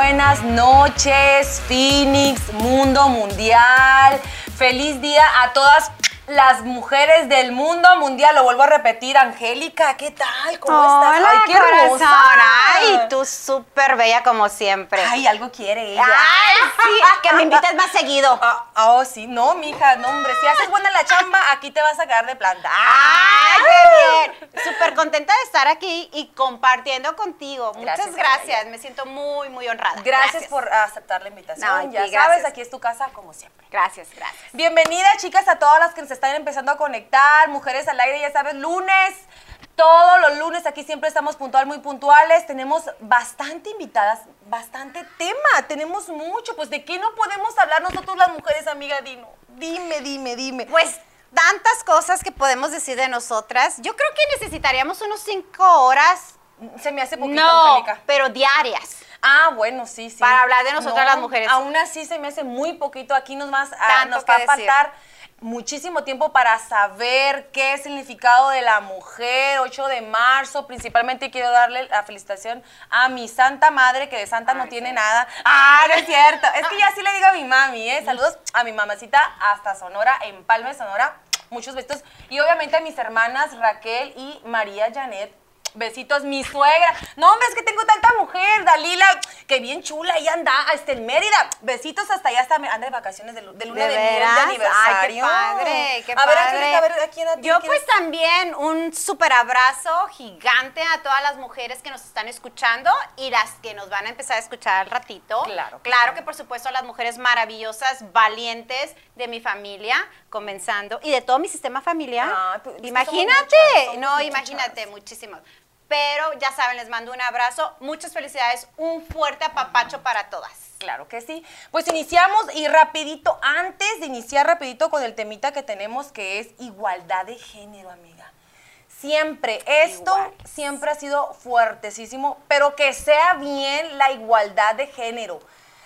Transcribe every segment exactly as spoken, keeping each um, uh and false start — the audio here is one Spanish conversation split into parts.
buenas noches, Phoenix, mundo mundial. Feliz día a todas las mujeres del mundo mundial. Lo vuelvo a repetir, Angélica, ¿qué tal? ¿Cómo Hola, estás? Ay, qué hermosa. Ay, tú súper bella como siempre. Ay, algo quiere ella. Ay, sí, que me invites más seguido. Ah, oh, sí, no, mija, no, hombre, si haces buena la chamba, aquí te vas a quedar de planta. Ay, qué bien. Súper contenta de estar aquí y compartiendo contigo. Gracias, Muchas gracias, Amaya. me siento muy, muy honrada. Gracias, Gracias. por aceptar la invitación. No, ya sí, sabes, gracias. aquí es tu casa como siempre. Gracias, gracias. Bienvenida, chicas, a todas las que se están empezando a conectar. Mujeres al aire, ya sabes, lunes. Todos los lunes aquí siempre estamos puntual, muy puntuales. Tenemos bastante invitadas, bastante tema. Tenemos mucho. Pues, ¿de qué no podemos hablar nosotros las mujeres, amiga Dino? Dime, dime, dime. Pues tantas cosas que podemos decir de nosotras. Yo creo que necesitaríamos unos cinco horas. Se me hace poquito, No, Angélica. pero diarias. Ah, bueno, sí, sí. Para hablar de nosotras No, las mujeres. Aún así se me hace muy poquito. Aquí nos, más, ah, Tanto nos que va a decir. faltar muchísimo tiempo para saber qué es el significado de la mujer. ocho de marzo, principalmente quiero darle la felicitación a mi santa madre, que de santa Ay, no tiene sí. nada. Ah, no es cierto. Es que ya sí le digo a mi mami, ¿eh? Saludos a mi mamacita hasta Sonora, Empalme, Sonora. Muchos besitos. Y obviamente a mis hermanas Raquel y María Janet. Besitos, mi suegra. No, hombre, es que tengo tanta mujer. Dalila, que bien chula, ella anda hasta en Mérida. Besitos hasta allá, hasta anda de vacaciones de, lu- de luna ¿De de, miel, de veras? aniversario. Ay, qué padre, qué a ver, padre. Angélica, a ver, ¿a quién a ti Yo quieres? pues también un súper abrazo gigante a todas las mujeres que nos están escuchando y las que nos van a empezar a escuchar al ratito. Claro que Claro sí. que por supuesto a las mujeres maravillosas, valientes de mi familia, comenzando, y de todo mi sistema familiar. Ah, pues, es que Imagínate, somos muchas, somos no, muchas. imagínate, muchísimos. Pero ya saben, les mando un abrazo, muchas felicidades, un fuerte apapacho para todas. Claro que sí. Pues iniciamos y rapidito, antes de iniciar rapidito con el temita que tenemos, que es igualdad de género, amiga. Siempre, esto Igual. siempre ha sido fuertesísimo, pero que sea bien la igualdad de género.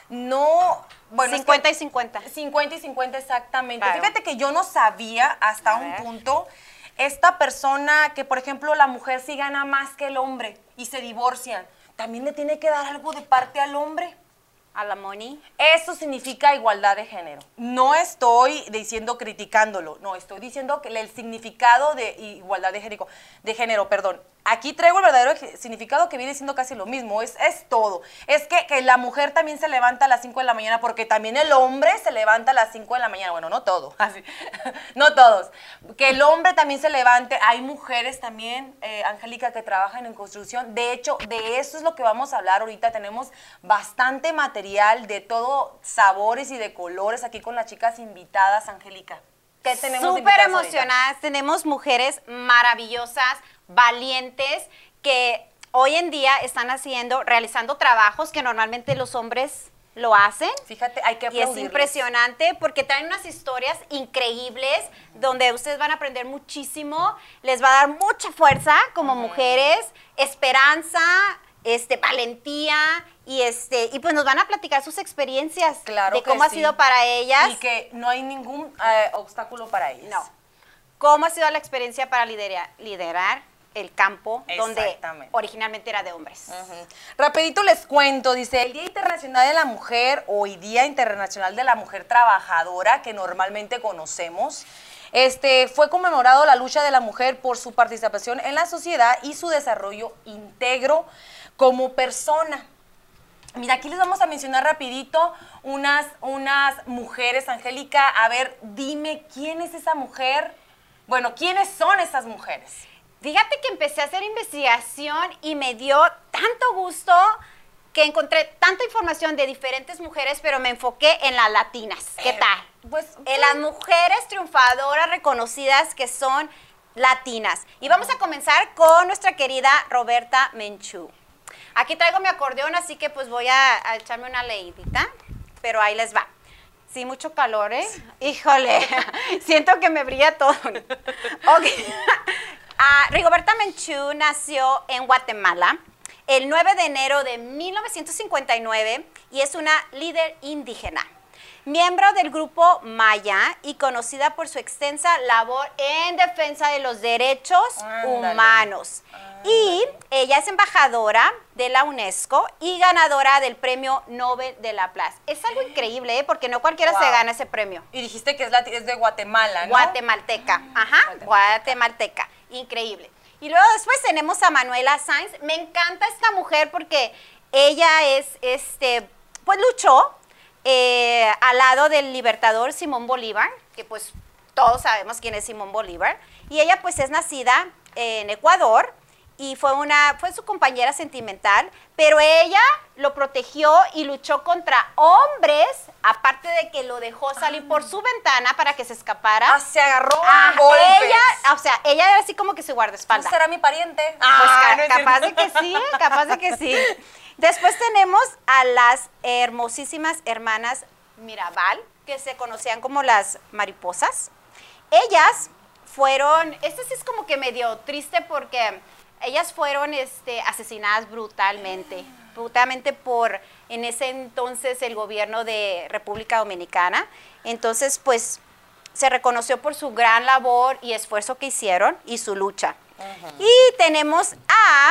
No, bueno, es que- cincuenta y cincuenta. cincuenta y cincuenta exactamente. Claro. Fíjate que yo no sabía hasta A un ver. punto esta persona que, por ejemplo, la mujer sí gana más que el hombre y se divorcian, ¿también le tiene que dar algo de parte al hombre? A la Moni. Eso significa igualdad de género. No estoy diciendo criticándolo, no, estoy diciendo que el significado de igualdad de género, de género, perdón. Aquí traigo el verdadero significado que viene siendo casi lo mismo, es, es todo. Es que, que la mujer también se levanta a las cinco de la mañana porque también el hombre se levanta a las cinco de la mañana. Bueno, no todo, así, no todos. Que el hombre también se levante. Hay mujeres también, eh, Angélica, que trabajan en construcción. De hecho, de eso es lo que vamos a hablar ahorita. Tenemos bastante material de todo sabores y de colores aquí con las chicas invitadas, Angélica. ¿Qué tenemos de Súper invitadas ahorita? emocionadas. Tenemos mujeres maravillosas, valientes, que hoy en día están haciendo, realizando trabajos que normalmente los hombres lo hacen. Fíjate, hay que Y es aplaudirles. impresionante porque traen unas historias increíbles donde ustedes van a aprender muchísimo, les va a dar mucha fuerza como mujeres, esperanza, este, valentía y este y pues nos van a platicar sus experiencias Claro de que cómo ha sí. sido para ellas. Y que no hay ningún eh, obstáculo para ellas. No. ¿Cómo ha sido la experiencia para liderar, liderar el campo donde Exactamente. originalmente era de hombres? Ujú. Rapidito les cuento, dice, el Día Internacional de la Mujer, hoy Día Internacional de la Mujer Trabajadora, que normalmente conocemos, este, fue conmemorado la lucha de la mujer por su participación en la sociedad y su desarrollo íntegro como persona. Mira, aquí les vamos a mencionar rapidito unas, unas mujeres, Angélica. A ver, dime, ¿quién es esa mujer? Bueno, ¿quiénes son esas mujeres? Fíjate que empecé a hacer investigación y me dio tanto gusto que encontré tanta información de diferentes mujeres, pero me enfoqué en las latinas. ¿Qué Eh, tal? Pues, En las mujeres triunfadoras reconocidas que son latinas. Y vamos a comenzar con nuestra querida Roberta Menchú. Aquí traigo mi acordeón, así que pues voy a, a echarme una leidita, pero ahí les va. Sí, mucho calor, ¿eh? Híjole, siento que me brilla todo. Ok. Ah, Rigoberta Menchú nació en Guatemala el nueve de enero de mil novecientos cincuenta y nueve y es una líder indígena. miembro del grupo Maya y conocida por su extensa labor en defensa de los derechos Ándale. humanos. Ándale. Y ella es embajadora de la UNESCO y ganadora del Premio Nobel de la Paz. Es algo increíble, ¿eh? Porque no cualquiera Wow. se gana ese premio. Y dijiste que es, la, es de Guatemala, ¿no? Guatemalteca, ajá, guatemalteca, increíble. Y luego después tenemos a Manuela Sáenz. Me encanta esta mujer porque ella es, este, pues luchó eh, al lado del libertador Simón Bolívar, que pues todos sabemos quién es Simón Bolívar, y ella pues es nacida en Ecuador, y fue una fue su compañera sentimental, pero ella lo protegió y luchó contra hombres, aparte de que lo dejó salir por su ventana para que se escapara. Ah, se agarró Ah, a golpes. ella, o sea, ella era así como que su guardaespaldas. ¿No será mi pariente? Pues Ah, ca- no es capaz de cierto. que sí, capaz de que sí. Después tenemos a las hermosísimas hermanas Mirabal, que se conocían como las mariposas. Ellas fueron, este sí es como que medio triste porque ellas fueron este, asesinadas brutalmente, brutalmente por en ese entonces el gobierno de República Dominicana. Entonces, pues, se reconoció por su gran labor y esfuerzo que hicieron y su lucha. Uh-huh. Y tenemos a,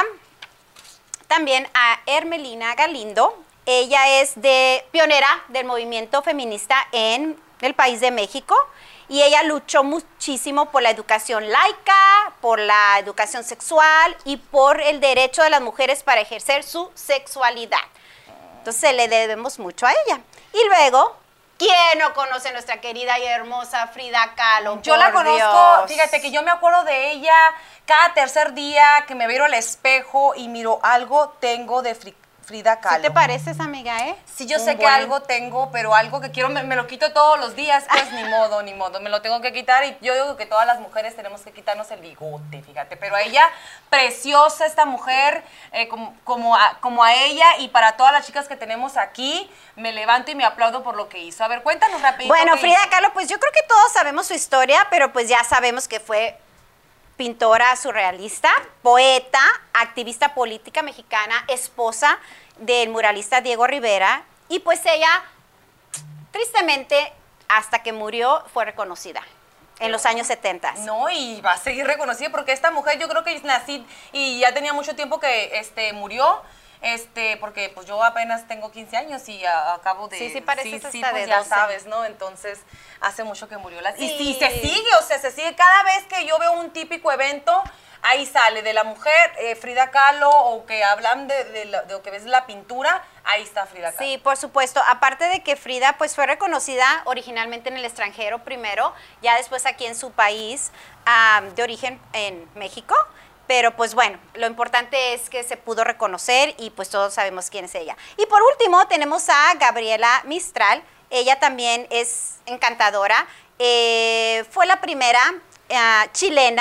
también a Hermelina Galindo. Ella es de, pionera del movimiento feminista en el país de México. Y ella luchó muchísimo por la educación laica, por la educación sexual y por el derecho de las mujeres para ejercer su sexualidad. Entonces le debemos mucho a ella. Y luego, ¿quién no conoce a nuestra querida y hermosa Frida Kahlo? Yo la Por conozco, Dios. fíjate que yo me acuerdo de ella cada tercer día que me veo al espejo y miro algo tengo de Frida. Frida Kahlo. ¿Sí te pareces, amiga, eh? Sí, yo Un sé que buen- algo tengo, pero algo que quiero, me, me lo quito todos los días, pues ni modo, ni modo, me lo tengo que quitar y yo digo que todas las mujeres tenemos que quitarnos el bigote, fíjate, pero a ella, preciosa esta mujer, eh, como, como, a, como a ella y para todas las chicas que tenemos aquí, me levanto y me aplaudo por lo que hizo. A ver, cuéntanos rapidito. Bueno, qué Frida hizo. Kahlo, pues yo creo que todos sabemos su historia, pero pues ya sabemos que fue pintora surrealista, poeta, activista política mexicana, esposa del muralista Diego Rivera, y pues ella, tristemente, hasta que murió, fue reconocida en los años setenta. No, y va a seguir reconocida porque esta mujer yo creo que nací y ya tenía mucho tiempo que este, murió. Este, porque pues yo apenas tengo quince años y a- acabo de... Sí, sí pareces sí, hasta sí, de pues ya doce. sabes, ¿no? Entonces, hace mucho que murió. La, y, Sí. y se sigue, o sea, se sigue. Cada vez que yo veo un típico evento, ahí sale de la mujer, eh, Frida Kahlo, o que hablan de, de, la- de lo que ves la pintura, ahí está Frida Kahlo. Sí, por supuesto. Aparte de que Frida pues fue reconocida originalmente en el extranjero primero, ya después aquí en su país ah, de origen en México. Pero pues bueno, lo importante es que se pudo reconocer y pues todos sabemos quién es ella. Y por último tenemos a Gabriela Mistral. Ella también es encantadora. Eh, fue la primera eh, chilena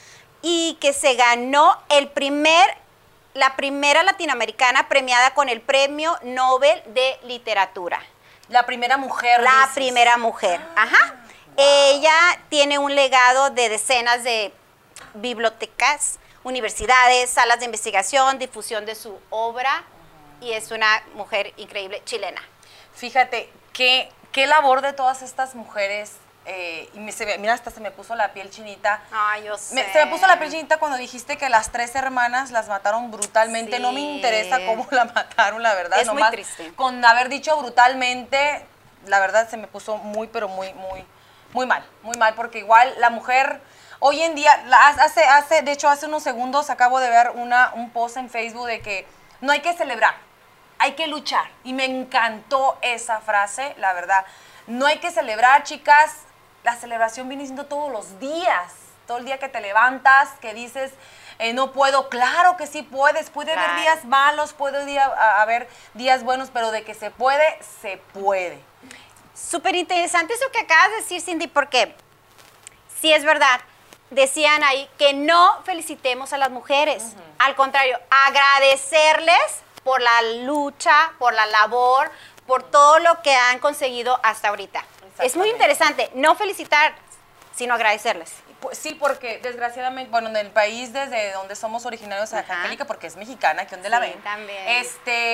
y que se ganó el primer, la primera latinoamericana premiada con el Premio Nobel de Literatura. La primera mujer, La dices. primera mujer, ajá. Ella tiene un legado de decenas de bibliotecas, universidades, salas de investigación, difusión de su obra, y es una mujer increíble chilena. Fíjate, qué, qué labor de todas estas mujeres. Eh, y me, se me- mira, hasta se me puso la piel chinita. Ay, yo sé. Me- se me puso la piel chinita cuando dijiste que las tres hermanas las mataron brutalmente. Sí. No me interesa cómo la mataron, la verdad. Es muy nomás triste. Con haber dicho brutalmente, la verdad se me puso muy, pero muy, muy, muy mal. Muy mal, porque igual la mujer, hoy en día, la- hace, hace, de hecho, hace unos segundos acabo de ver una, un post en Facebook de que no hay que celebrar, hay que luchar. Y me encantó esa frase, la verdad. No hay que celebrar, chicas. La celebración viene siendo todos los días. Todo el día que te levantas, que dices, eh, no puedo. Claro que sí puedes. Puede Claro. haber días malos, puede día- a- haber días buenos, pero de que se puede, se puede. Súper interesante eso que acabas de decir, Cindy, porque sí es verdad. Decían ahí que no felicitemos a las mujeres. Uh-huh. Al contrario, agradecerles por la lucha, por la labor, por todo lo que han conseguido hasta ahorita. Es muy interesante no felicitar, sino agradecerles. Pues sí, porque desgraciadamente, bueno, en el país desde donde somos originarios, Ajá. Angélica, porque es mexicana, que donde la Sí, ven. también. Este,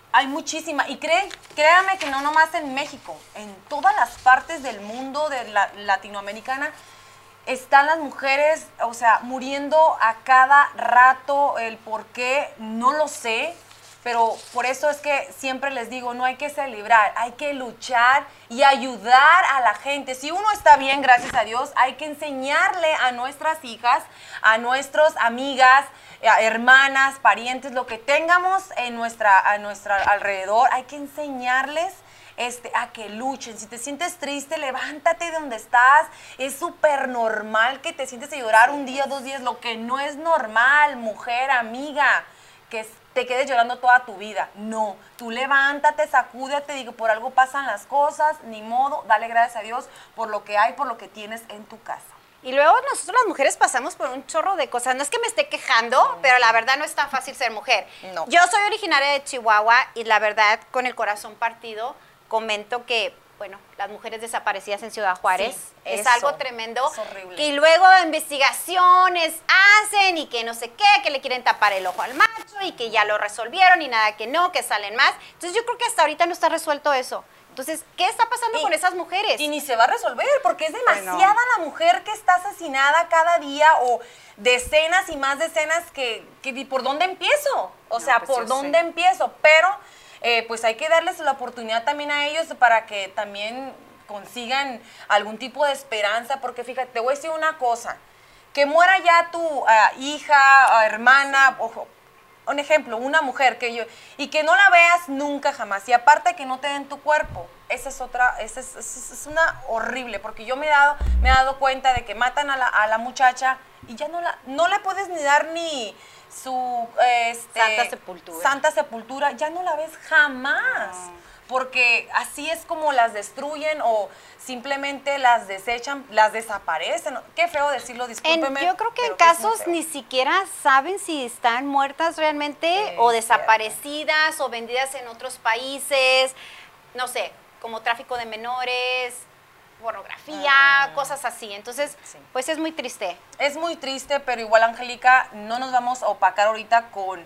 Hay muchísima, y creen, créanme que no nomás en México, en todas las partes del mundo de la latinoamericana están las mujeres, o sea, muriendo a cada rato. El por qué, no lo sé, pero por eso es que siempre les digo, no hay que celebrar, hay que luchar y ayudar a la gente. Si uno está bien, gracias a Dios, hay que enseñarle a nuestras hijas, a nuestras amigas, hermanas, parientes, lo que tengamos en nuestra, a nuestra alrededor, hay que enseñarles este, a que luchen. Si te sientes triste, levántate de donde estás. Es súper normal que te sientes a llorar un día, dos días. Lo que no es normal, mujer, amiga, que te quedes llorando toda tu vida. No, tú levántate, sacúdete, digo, por algo pasan las cosas, ni modo, dale gracias a Dios por lo que hay, por lo que tienes en tu casa. Y luego nosotros las mujeres pasamos por un chorro de cosas. No es que me esté quejando, no, pero la verdad no es tan fácil ser mujer. No. Yo soy originaria de Chihuahua y la verdad, con el corazón partido, comento que, bueno, las mujeres desaparecidas en Ciudad Juárez sí, es eso, algo tremendo. Es horrible. Que luego investigaciones hacen y que no sé qué, que le quieren tapar el ojo al macho y que ya lo resolvieron y nada que no, que salen más. Entonces yo creo que hasta ahorita no está resuelto eso. Entonces, ¿qué está pasando y, con esas mujeres? Y ni se va a resolver, porque es demasiada bueno. la mujer que está asesinada cada día, o decenas y más decenas que, que ¿por dónde empiezo? O no, sea, pues ¿por dónde sé. empiezo? Pero, eh, pues hay que darles la oportunidad también a ellos para que también consigan algún tipo de esperanza, porque fíjate, te voy a decir una cosa, que muera ya tu uh, hija, uh, hermana, ojo, un ejemplo, una mujer que yo, y que no la veas nunca jamás, y aparte que no te den tu cuerpo, esa es otra, esa es, esa es una horrible, porque yo me he dado, me he dado cuenta de que matan a la, a la muchacha y ya no la, no le puedes ni dar ni su este, santa sepultura, santa sepultura, ya no la ves jamás. No. Porque así es como las destruyen o simplemente las desechan, las desaparecen. Qué feo decirlo, discúlpeme. En, yo creo que en casos que ni siquiera saben si están muertas realmente, sí, o desaparecidas, cierto, o vendidas en otros países, no sé, como tráfico de menores, pornografía, ah, cosas así. Entonces, sí, pues es muy triste. Es muy triste, pero igual, Angélica, no nos vamos a opacar ahorita con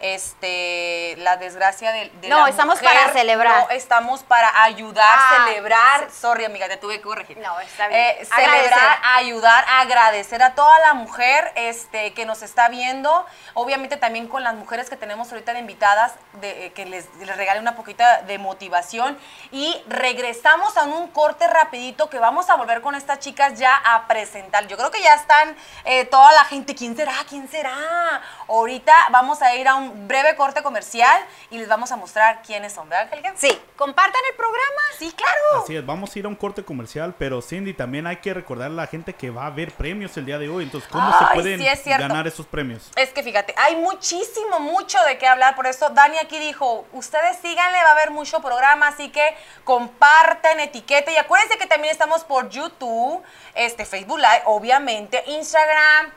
este la desgracia de, de no, la estamos mujer. para celebrar. No, estamos para ayudar, ah, celebrar. Sí. Sorry, amiga, te tuve que corregir. No, está bien. Eh, celebrar, ayudar, agradecer a toda la mujer este, que nos está viendo. Obviamente también con las mujeres que tenemos ahorita de invitadas, de, eh, que les, les regale una poquita de motivación. Y regresamos a un corte rapidito que vamos a volver con estas chicas ya a presentar. Yo creo que ya están eh, toda la gente. ¿Quién será? ¿Quién será? Ahorita vamos a ir a un breve corte comercial y les vamos a mostrar quiénes son, ¿verdad, Angélica? Sí, compartan el programa. Sí, claro. Así es, vamos a ir a un corte comercial, pero Cindy, también hay que recordar a la gente que va a haber premios el día de hoy. Entonces, ¿cómo Ay, se pueden sí, es ganar esos premios? Es que fíjate, hay muchísimo, mucho de qué hablar. Por eso Dani aquí dijo, ustedes síganle, va a haber mucho programa, así que comparten, etiqueten. Y acuérdense que también estamos por YouTube, este, Facebook Live, obviamente, Instagram,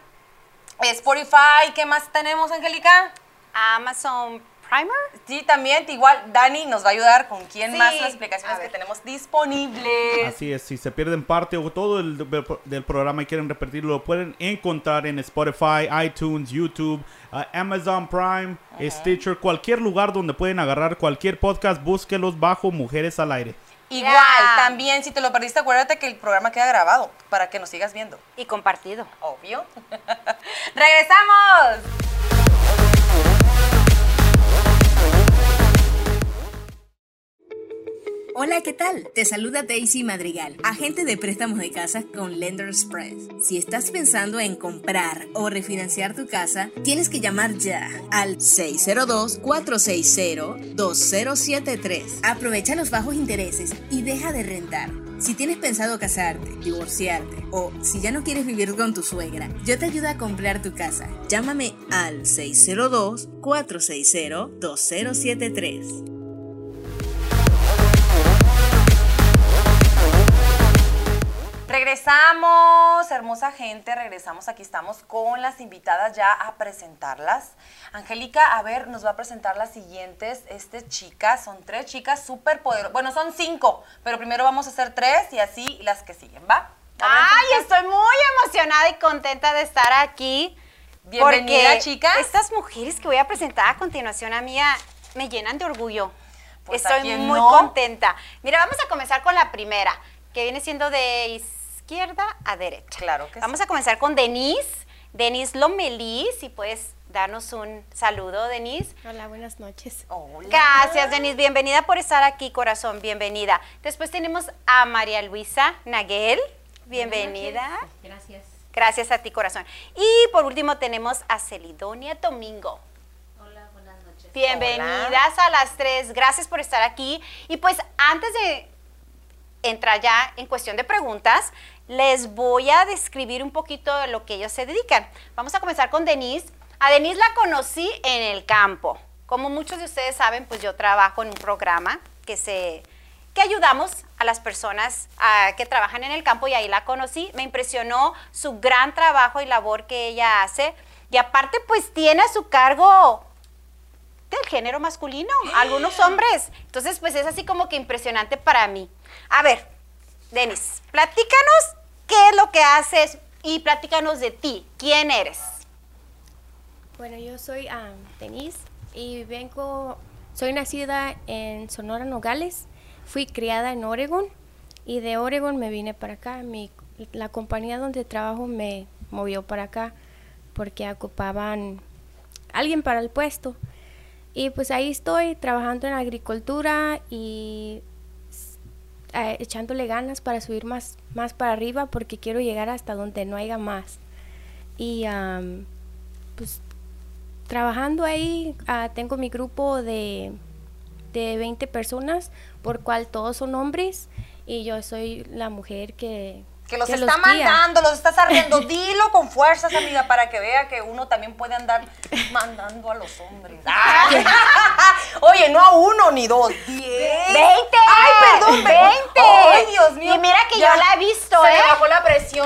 Spotify. ¿Qué más tenemos, Angélica? Amazon Primer. Sí, también, igual Dani nos va a ayudar con quién sí, más las explicaciones que tenemos disponibles. Así es, si se pierden parte o todo el del programa y quieren repetirlo, lo pueden encontrar en Spotify, iTunes, YouTube, uh, Amazon Prime, uh-huh. Stitcher, cualquier lugar donde pueden agarrar cualquier podcast, búsquelos bajo Mujeres al Aire. Igual, yeah. También, si te lo perdiste, acuérdate que el programa queda grabado para que nos sigas viendo. Y compartido. Obvio. ¡Regresamos! Hola, ¿qué tal? Te saluda Daisy Madrigal, agente de préstamos de casa con Lender Express. Si estás pensando en comprar o refinanciar tu casa, tienes que llamar ya al seis cero dos, cuatro seis cero, dos cero siete tres. Aprovecha los bajos intereses y deja de rentar. Si tienes pensado casarte, divorciarte o si ya no quieres vivir con tu suegra, yo te ayudo a comprar tu casa. Llámame al seis cero dos, cuatro seis cero, dos cero siete tres. Regresamos, hermosa gente, regresamos, aquí estamos con las invitadas ya a presentarlas. Angélica, a ver, nos va a presentar las siguientes este, chicas, son tres chicas súper poderosas, bueno, son cinco, pero primero vamos a hacer tres y así las que siguen, ¿va? Ay, estoy muy emocionada y contenta de estar aquí. Bienvenida, chicas. Estas mujeres que voy a presentar a continuación, amiga, me llenan de orgullo. Pues, ¿a Estoy quién muy no? contenta. Mira, vamos a comenzar con la primera, que viene siendo de izquierda a derecha. Claro que Vamos sí. a comenzar con Denise. Denise Lomelí, si puedes darnos un saludo, Denise. Hola, buenas noches. Hola. Gracias, Denise. Bienvenida por estar aquí, corazón. Bienvenida. Después tenemos a María Luisa Naguel. Bienvenida. Gracias. Gracias a ti, corazón. Y por último tenemos a Celidonia Domingo. Hola, buenas noches. Bienvenidas a las tres. Gracias por estar aquí. Y pues antes de entrar ya en cuestión de preguntas, les voy a describir un poquito de lo que ellos se dedican. Vamos a comenzar con Denise. A Denise la conocí en el campo. Como muchos de ustedes saben, pues yo trabajo en un programa que se que ayudamos a las personas a, que trabajan en el campo, y ahí la conocí. Me impresionó su gran trabajo y labor que ella hace, y aparte pues tiene a su cargo del género masculino, algunos hombres. Entonces pues es así como que impresionante para mí. A ver, Denise, platícanos qué es lo que haces y platícanos de ti. ¿Quién eres? Bueno, yo soy um, Denise y vengo, soy nacida en Sonora, Nogales. Fui criada en Oregon y de Oregon me vine para acá. Mi, la compañía donde trabajo me movió para acá porque ocupaban alguien para el puesto. Y pues ahí estoy trabajando en agricultura y eh, echándole ganas para subir más, más para arriba porque quiero llegar hasta donde no haya más. Y um, pues trabajando ahí uh, tengo mi grupo de, de veinte personas, por cual todos son hombres y yo soy la mujer que... Que los que está los guía. mandando, los estás ardiendo. Dilo con fuerzas, amiga, para que vea que uno también puede andar mandando a los hombres. ¡Ay! Oye, no a uno ni dos, diez. ¡veinte! ¡Ay, perdón! ¡veinte! ¡Ay, Dios mío! Y mira que Ya yo la he visto, se ¿eh? me bajó la presión.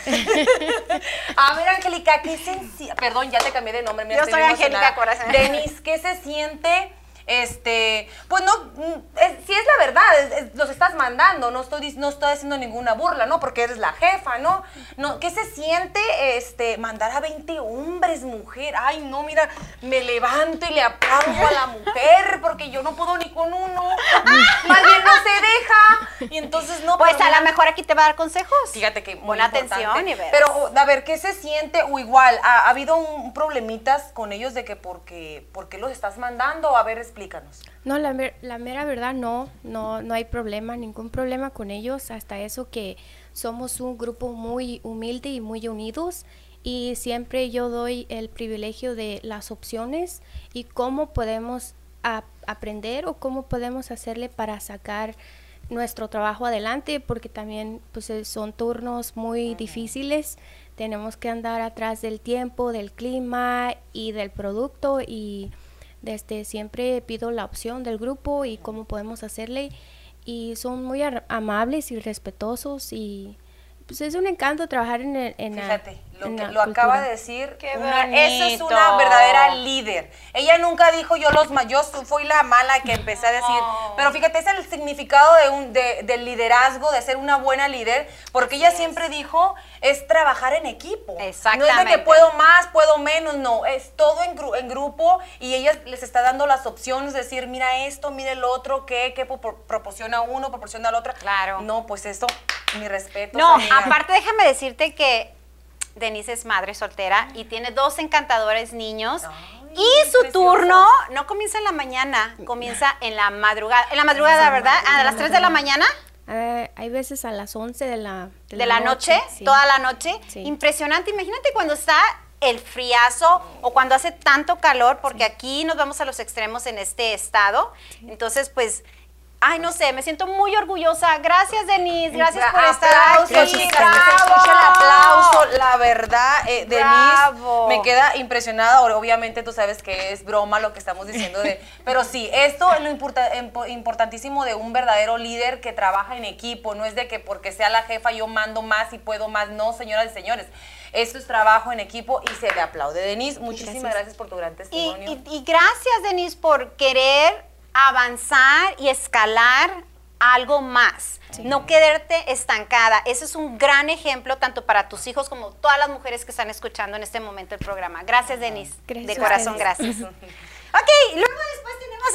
A ver, Angélica, ¿qué sencilla? Perdón, ya te cambié de nombre. Mira, Yo estoy soy bien Angélica emocionada. Corazón. Denise, ¿qué se siente? Este, pues no, mm, es, si es la verdad, es- es- los estás mandando, no estoy, dic- no estoy haciendo ninguna burla, ¿no? Porque eres la jefa, ¿no? no ¿Qué se siente, este, mandar a veinte hombres, mujer? Ay, no, mira, me levanto y le aplaudo a la mujer, porque yo no puedo ni con uno, más bien no se deja, y entonces no. Pues pero a mira, lo mejor aquí te va a dar consejos. Fíjate que muy Pon importante. atención y verás. Pero, a ver, ¿qué se siente? O igual, ¿ha, ha habido un problemitas con ellos de que porque, por qué los estás mandando? A ver, explícanos. No, la, mer- la mera verdad no, no, no hay problema, ningún problema con ellos, hasta eso que somos un grupo muy humilde y muy unidos y siempre yo doy el privilegio de las opciones y cómo podemos a- aprender o cómo podemos hacerle para sacar nuestro trabajo adelante, porque también pues eh, son turnos muy difíciles, tenemos que andar atrás del tiempo, del clima y del producto y desde siempre pido la opción del grupo y cómo podemos hacerle y son muy ar- amables y respetuosos y pues es un encanto trabajar en, el, en la- Fíjate, lo, en que, la lo acaba cultura. de decir. ¡Qué una- esa es bonito! una verdadera líder. Ella nunca dijo yo los ma- yo su- fui la mala que empecé a decir. No. Pero fíjate, es el significado de un de, del liderazgo, de ser una buena líder, porque ella siempre dijo es trabajar en equipo. No es de que Exactamente. puedo más, puedo menos, no, es todo en, gru- en grupo y ella les está dando las opciones, decir, mira esto, mira el otro, qué, qué pro- proporciona uno, proporciona al otro. Claro. No, pues esto, mi respeto. No, amiga. aparte déjame decirte que Denise es madre soltera y tiene dos encantadores niños. Ay, Y su preciosos. turno no comienza en la mañana, comienza en la madrugada. En la madrugada, ¿verdad? A las tres de la mañana Ah, hay veces a las once de la, de la noche, sí. toda la noche. Sí. Impresionante. Imagínate cuando está el friazo o cuando hace tanto calor, porque aquí nos vamos a los extremos en este estado. Entonces, pues, ay, no sé, me siento muy orgullosa. Gracias, Denise. Gracias por estar Aplausos, aquí. chicas, que se escuche el aplauso. La verdad, eh, Bravo. Denise, me queda impresionada. Ahora, obviamente, tú sabes que es broma lo que estamos diciendo. de Pero sí, esto es lo importa- impo- importantísimo de un verdadero líder que trabaja en equipo. No es de que porque sea la jefa yo mando más y puedo más. No, señoras y señores. Esto es trabajo en equipo y se le aplaude. Denise, muchísimas gracias, Gracias. por tu gran Y, testimonio. y- y gracias, Denise, por querer avanzar y escalar algo más, no quedarte estancada. Ese es un gran ejemplo tanto para tus hijos como todas las mujeres que están escuchando en este momento el programa. Gracias, Denise. Gracias de a corazón, ustedes. gracias. Ok, luego después tenemos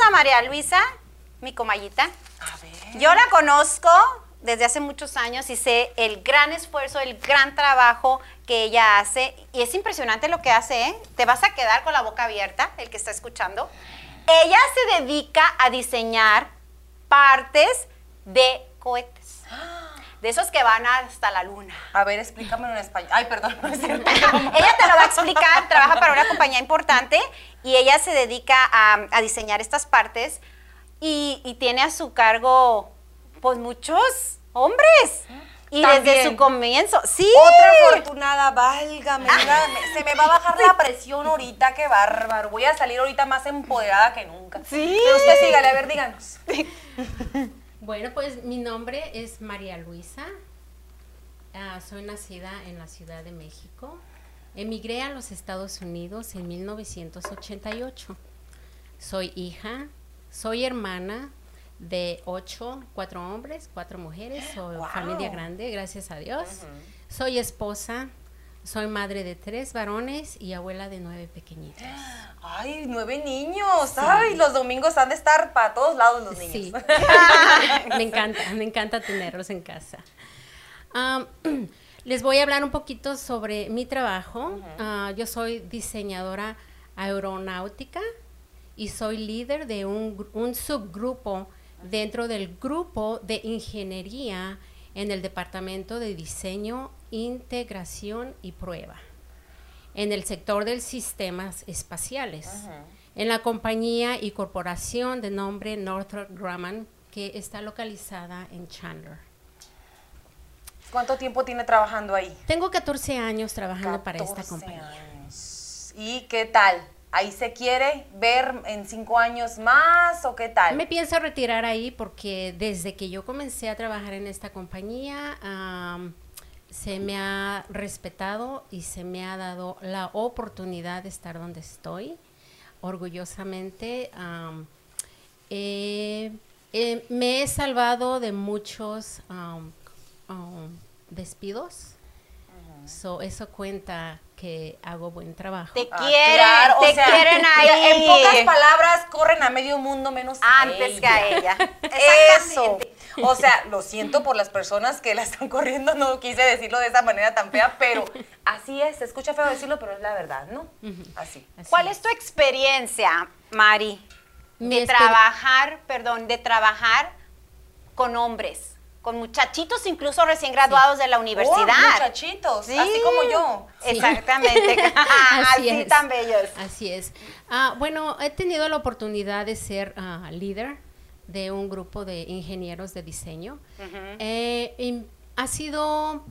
a María Luisa, mi comayita. A ver. Yo la conozco desde hace muchos años y sé el gran esfuerzo, el gran trabajo que ella hace. Y es impresionante lo que hace, ¿eh? Te vas a quedar con la boca abierta, el que está escuchando. Ella se dedica a diseñar partes de cohetes. De esos que van hasta la luna. A ver, explícamelo en español. Ay, perdón, no es cierto. Ella te lo va a explicar, trabaja para una compañía importante y ella se dedica a, a diseñar estas partes y, y tiene a su cargo, pues, muchos hombres. Y También. desde su comienzo, sí. Otra afortunada, válgame, mira, me- se me va a bajar la presión ahorita, qué bárbaro. Voy a salir ahorita más empoderada que nunca. Sí. Pero usted sígale, a ver, díganos. Bueno, pues mi nombre es María Luisa. Ah, soy nacida en la Ciudad de México. Emigré a los Estados Unidos en mil novecientos ochenta y ocho. Soy hija, soy hermana de ocho, cuatro hombres, cuatro mujeres. Soy Wow. familia grande, gracias a Dios. Soy esposa, soy madre de tres varones y abuela de nueve pequeñitos. Ay, nueve niños. Ay, los domingos han de estar para todos lados los niños. Sí, me encanta, me encanta tenerlos en casa. Am, les voy a hablar un poquito sobre mi trabajo. Ah, yo soy diseñadora aeronáutica y soy líder de un, gru- un subgrupo dentro del grupo de ingeniería en el departamento de diseño, integración y prueba en el sector de sistemas espaciales, en la compañía y corporación de nombre Northrop Grumman, que está localizada en Chandler. ¿Cuánto tiempo tiene trabajando ahí? Tengo catorce años trabajando para esta catorce compañía. años. ¿Y qué tal? ¿Ahí se quiere ver en cinco años más o qué tal? Me pienso retirar ahí porque desde que yo comencé a trabajar en esta compañía, am, se me ha respetado y se me ha dado la oportunidad de estar donde estoy. Orgullosamente, am, eh, eh, me he salvado de muchos am, am, despidos. So, eso cuenta que hago buen trabajo. Te Ah, quieren, claro, o te sea, quieren ahí. mira, en pocas palabras, corren a medio mundo menos a Antes que a ella. Eso. O sea, lo siento por las personas que la están corriendo, no quise decirlo de esa manera tan fea, pero así es, se escucha feo decirlo, pero es la verdad, ¿no? Así. Así ¿Cuál es tu experiencia, Mari, Mi de exper- trabajar, perdón, de trabajar con hombres, con muchachitos incluso recién graduados de la universidad? Oh, muchachitos, Sí. así como yo. Exactamente. Así Así es. tan bellos. Así es. Ah, bueno, he tenido la oportunidad de ser ah, líder de un grupo de ingenieros de diseño. Eh, im- ha sido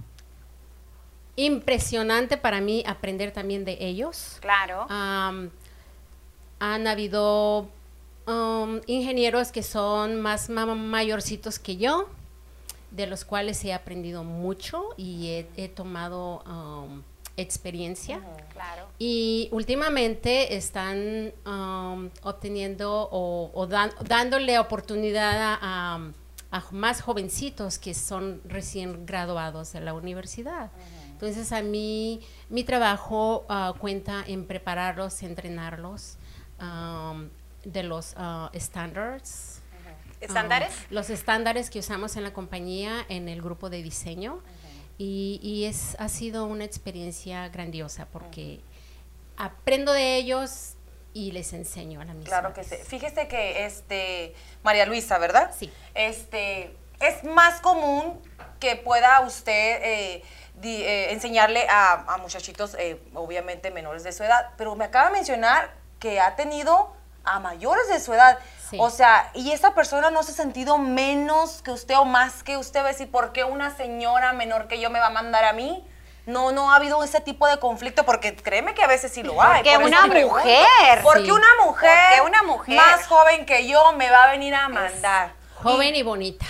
impresionante para mí aprender también de ellos. Claro. Am, han habido um, ingenieros que son más ma- mayorcitos que yo, de los cuales he aprendido mucho y he, he tomado um, experiencia. Claro. Y últimamente están um, obteniendo o, o dan- dándole oportunidad a, a- a más jovencitos que son recién graduados de la universidad. Entonces a mí mi trabajo ah, cuenta en prepararlos, entrenarlos um, de los ah, standards. ¿Estándares? Ah, los estándares que usamos en la compañía, en el grupo de diseño. Y, y es, ha sido una experiencia grandiosa porque aprendo de ellos y les enseño a la misma Claro que vez. sí. Fíjese que este María Luisa, ¿verdad? Sí. Este es más común que pueda usted eh, di- eh, enseñarle a, a muchachitos, eh, obviamente menores de su edad, pero me acaba de mencionar que ha tenido a mayores de su edad. Sí. O sea, y esa persona no se ha sentido menos que usted o más que usted. Va a decir, ¿por qué una señora menor que yo me va a mandar a mí? No, no ha habido ese tipo de conflicto, porque créeme que a veces sí lo hay. Porque por eso una pregunto. mujer. Porque Sí. una mujer, Porque una mujer. más joven que yo me va a venir a mandar. Joven y bonita.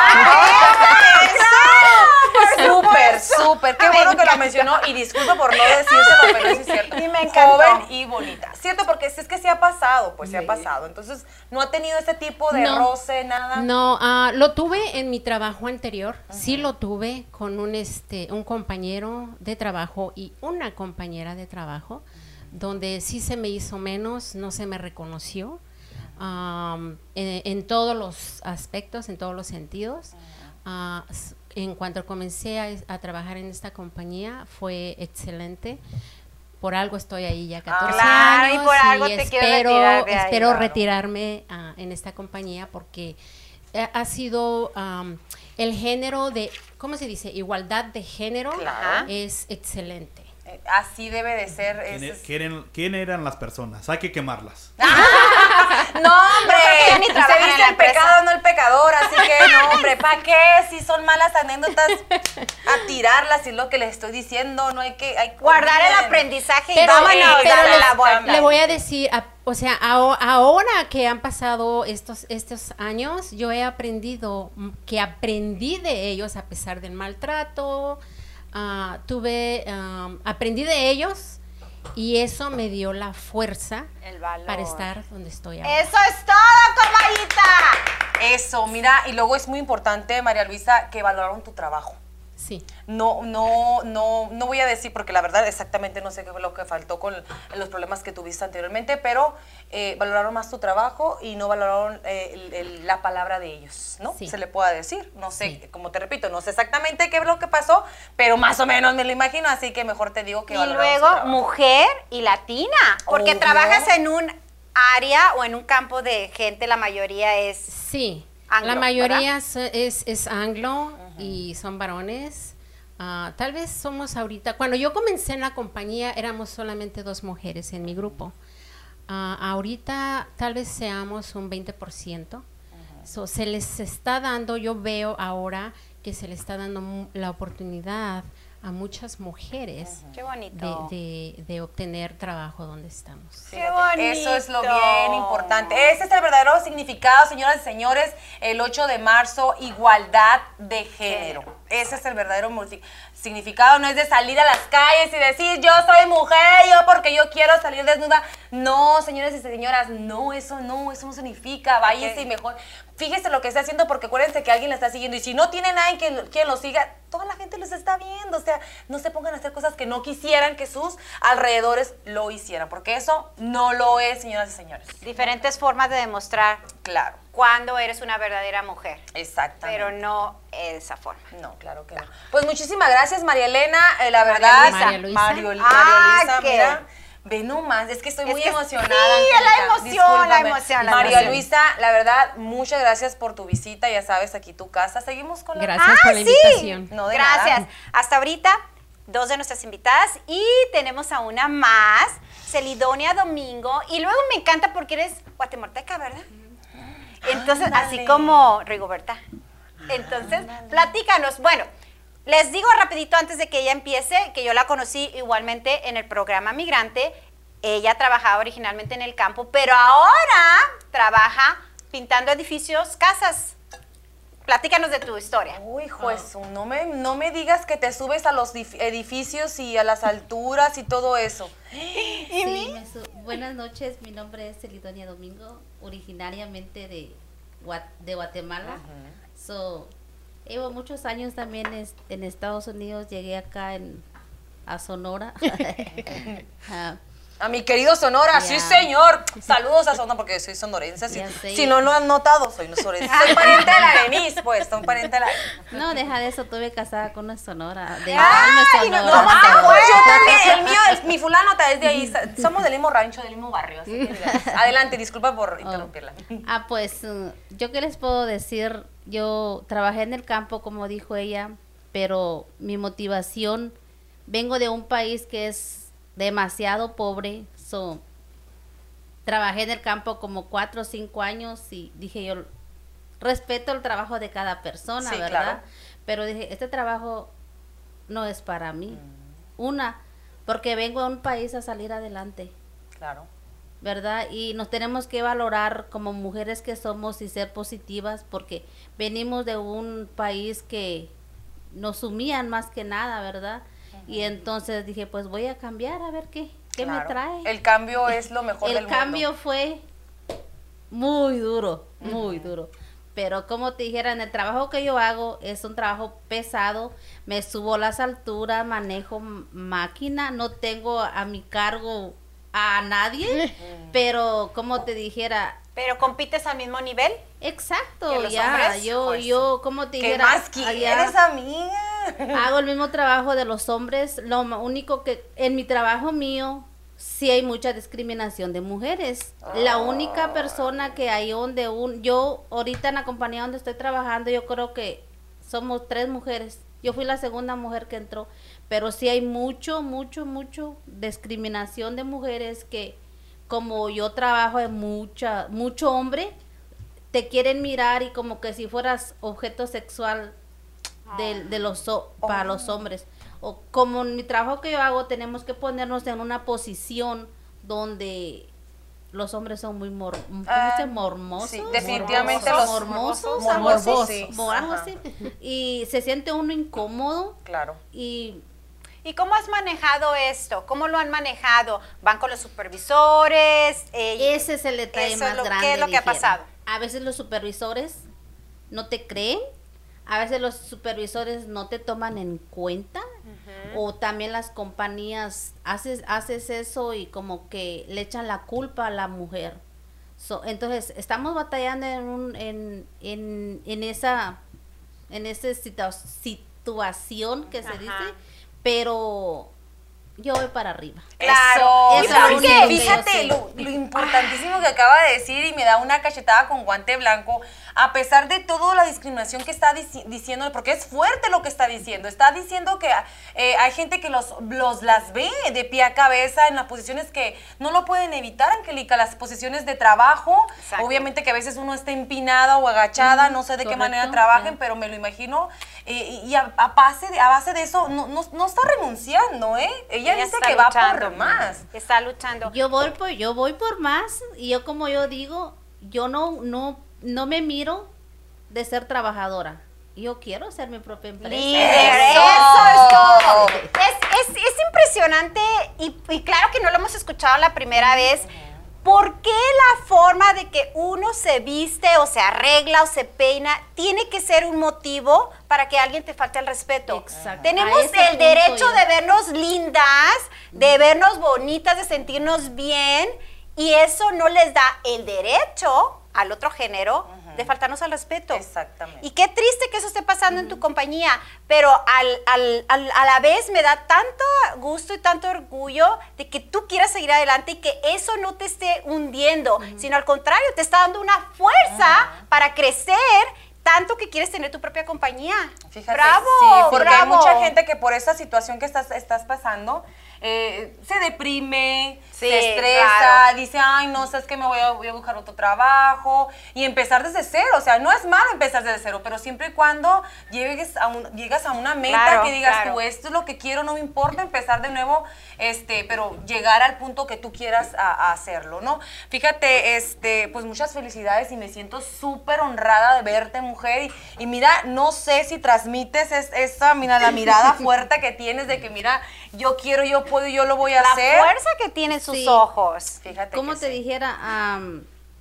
Súper, súper. Qué bueno que lo mencionó y disculpa por no decírselo, pero sí es cierto. Y me encantó. Joven y bonita. Cierto, porque si es que sí ha pasado, pues sí ha pasado. Entonces, no ha tenido ese tipo de No. roce, nada. No, ah, lo tuve en mi trabajo anterior, sí lo tuve con un, este, un compañero de trabajo y una compañera de trabajo, donde sí se me hizo menos, no se me reconoció. um, en, en todos los aspectos, en todos los sentidos. Uh, en cuanto comencé a, a trabajar en esta compañía, fue excelente. Por algo estoy ahí ya catorce claro, años y por algo te espero, quieres retirar de ahí, espero claro. retirarme uh, en esta compañía porque ha, ha sido um, el género de, ¿cómo se dice? Igualdad de género, Claro. es excelente. Eh, Así debe de ser. ¿Quién, ese e- es- quién eran- quién eran las personas? Hay que quemarlas. No, hombre, creo que ni se trabajan en dice la el empresa. pecado, no el pecador, así que no, hombre, ¿para qué? Si son malas anécdotas, a tirarlas, y es lo que les estoy diciendo, no hay que... Hay que Guardar el olviden. aprendizaje y Pero, vámonos, eh, darle pero la les- vuelta. le voy a decir, a- o sea, aho- ahora que han pasado estos, estos años, yo he aprendido, mm, que aprendí de ellos a pesar del maltrato, ah, tuve, um, aprendí de ellos y eso me dio la fuerza El valor. para estar donde estoy ahora. Eso es todo, comadita. Eso, mira, y luego es muy importante, María Luisa, que valoraron tu trabajo. Sí. No, no, no, no voy a decir porque la verdad exactamente no sé qué fue lo que faltó con los problemas que tuviste anteriormente, pero eh, valoraron más tu trabajo y no valoraron eh, el- el- la palabra de ellos, ¿no? Sí. Se le pueda decir, no sé, Sí. como te repito, no sé exactamente qué es lo que pasó, pero más o menos me lo imagino, así que mejor te digo que Y valoraron su luego trabajo. mujer y latina, porque Obvio. trabajas en un área o en un campo de gente, la mayoría es... Sí, Anglo, la mayoría es, es, es anglo y son varones. Ah, tal vez somos ahorita, cuando yo comencé en la compañía éramos solamente dos mujeres en mi grupo. Ah, ahorita tal vez seamos un veinte por ciento. So, se les está dando, yo veo ahora que se le está dando mu- la oportunidad a muchas mujeres Qué bonito. de, de, de obtener trabajo donde estamos. Qué Fíjate, bonito. Eso es lo bien importante. Ese es el verdadero significado, señoras y señores, el ocho de marzo, igualdad de género. Ese es el verdadero multi- significado. No es de salir a las calles y decir, yo soy mujer, yo porque yo quiero salir desnuda. No, señores y señoras, no, eso no, eso no significa. Váyase y mejor. Fíjese lo que está haciendo, porque acuérdense que alguien la está siguiendo. Y si no tiene nadie que, quien lo siga, toda la gente los está viendo. O sea, no se pongan a hacer cosas que no quisieran que sus alrededores lo hicieran, porque eso no lo es, señoras y señores. Diferentes formas de demostrar Claro, cuándo eres una verdadera mujer, exactamente. pero no esa forma. No, claro que no. Pues muchísimas gracias, María Elena. Eh, la verdad, María Luisa. Mario- Mario Ah, Luisa, qué- mira. Ve nomás, es que estoy Es muy que emocionada. sí, la Angélica, emoción, la discúlpame. emoción, la María emoción. Luisa, la verdad, muchas gracias por tu visita. Ya sabes, aquí tu casa. Seguimos con la... Gracias por la invitación. No, de Gracias. nada. Hasta ahorita, dos de nuestras invitadas y tenemos a una más, Celidonia Domingo. Y luego me encanta porque eres guatemalteca, ¿verdad? Entonces, Ándale. así como Rigoberta. Entonces, platícanos. Bueno, les digo rapidito antes de que ella empiece, que yo la conocí igualmente en el programa Migrante. Ella trabajaba originalmente en el campo, pero ahora trabaja pintando edificios, casas. Platícanos de tu historia. Uy, juez, no me, no me digas que te subes a los dif- edificios y a las alturas y todo eso. Sí, me su- buenas noches, mi nombre es Celidonia Domingo, originariamente de, Gua- de Guatemala. So, llevo muchos años también es- en Estados Unidos, llegué acá en, a Sonora. Ah, A mi querido Sonora, sí Ya. señor. Saludos a Sonora porque soy sonorense. Si, Ya sé. si no lo han notado, soy sonorense. Soy pariente de la Denise, pues, soy pariente de la no, deja de eso, tuve casada con una Sonora, de Ay, Empalme, no, Sonora. ¿cómo te Ah, fue? pues yo también, el mío, el- mi fulano ta- es de ahí. sa- Somos del mismo rancho, del mismo barrio. Así que, mira, adelante, disculpa por interrumpirla. Ah, pues, uh, yo qué les puedo decir, yo trabajé en el campo, como dijo ella, pero mi motivación, vengo de un país que es demasiado pobre, so, trabajé en el campo como cuatro o cinco años y dije yo, respeto el trabajo de cada persona, Sí, ¿verdad? claro. Pero dije, este trabajo no es para mí. Una, porque vengo a un país a salir adelante. Claro. ¿Verdad? Y nos tenemos que valorar como mujeres que somos y ser positivas porque venimos de un país que nos sumían más que nada, ¿verdad? Y entonces dije, pues voy a cambiar a ver qué, qué me Claro. trae. El cambio es lo mejor del El mundo. cambio fue muy duro, muy duro. Pero como te dijera, en el trabajo que yo hago es un trabajo pesado, me subo a las alturas, manejo m- máquina, no tengo a mi cargo a nadie, pero como te dijera, ¿Pero compites al mismo nivel? Exacto, ¿Que los ya, hombres? yo, Pues, yo, como te ¿Qué dijera, más quieres, amiga? hago el mismo trabajo de los hombres, lo ma- único que en mi trabajo mío sí hay mucha discriminación de mujeres. La única persona que hay donde un, yo ahorita en la compañía donde estoy trabajando, yo creo que somos tres mujeres. Yo fui la segunda mujer que entró, pero sí hay mucho, mucho, mucho discriminación de mujeres que como yo trabajo en mucha, mucho hombre, te quieren mirar y como que si fueras objeto sexual de, de los ho- para los hombres. O como en mi trabajo que yo hago, tenemos que ponernos en una posición donde los hombres son muy mor, ¿cómo se Ah, dice? mormosos. sí, definitivamente morbosos, los- mormosos, morbosos, algo así, sí. mo- algo Ajá. así. Y se siente uno incómodo Claro. y ¿Y cómo has manejado esto? ¿Cómo lo han manejado? ¿Van con los supervisores? Eh, ese es el detalle eso es más lo- grande. ¿Qué es lo que ha dijera. pasado? A veces los supervisores no te creen, a veces los supervisores no te toman en cuenta, o también las compañías haces haces eso y como que le echan la culpa a la mujer. So, entonces estamos batallando en un, en, en, en esa en esa situa- situación que se Ajá. dice, pero yo voy para arriba. Claro. Eso, ¿Y eso por es qué? que, Yo fíjate sé. lo, lo importantísimo que acaba de decir y me da una cachetada con guante blanco, a pesar de toda la discriminación que está dici- diciendo, porque es fuerte lo que está diciendo, está diciendo que eh, hay gente que los, los las ve de pie a cabeza en las posiciones que no lo pueden evitar, Angélica, las posiciones de trabajo, Exacto. obviamente que a veces uno está empinada o agachada, no sé de qué correcto, manera trabajen, ya. pero me lo imagino, eh, y a, a base de, a base de eso no, no, no está renunciando, ¿eh? Ella, Ella dice está que va luchando. por más. Está luchando. Yo voy por, yo voy por más, y yo como yo digo, yo no, no, no me miro de ser trabajadora. Yo quiero ser mi propia empresa. Líder, ¡Eso! eso es todo. Es, es, es impresionante y, y claro que no lo hemos escuchado la primera vez. ¿Por qué la forma de que uno se viste o se arregla o se peina tiene que ser un motivo para que alguien te falte el respeto? Exacto. Tenemos A ese el punto derecho yo. de vernos lindas, de vernos bonitas, de sentirnos bien y eso no les da el derecho al otro género de faltarnos al respeto. Exactamente. Y qué triste que eso esté pasando en tu compañía, pero al, al, al- a la vez me da tanto gusto y tanto orgullo de que tú quieras seguir adelante y que eso no te esté hundiendo, sino al contrario, te está dando una fuerza para crecer tanto que quieres tener tu propia compañía. Fíjate, ¡Bravo! sí, porque hay ¡Bravo! mucha gente que por esa situación que estás, estás pasando, eh, se deprime, Sí, se estresa, claro. dice, ay, no, sabes que me voy a, voy a buscar otro trabajo y empezar desde cero. O sea, no es malo empezar desde cero, pero siempre y cuando llegues a un, llegas a una meta Claro, que digas claro. tú, esto es lo que quiero, no me importa empezar de nuevo, este, pero llegar al punto que tú quieras a, a hacerlo, ¿no? Fíjate, este, pues muchas felicidades y me siento súper honrada de verte, mujer. Y, y mira, no sé si transmites es- esa, mira, la mirada fuerte que tienes de que, mira, yo quiero, yo puedo y yo lo voy a La hacer. fuerza que tienen sus Sí. ojos. Fíjate Como que te sí. dijera, am,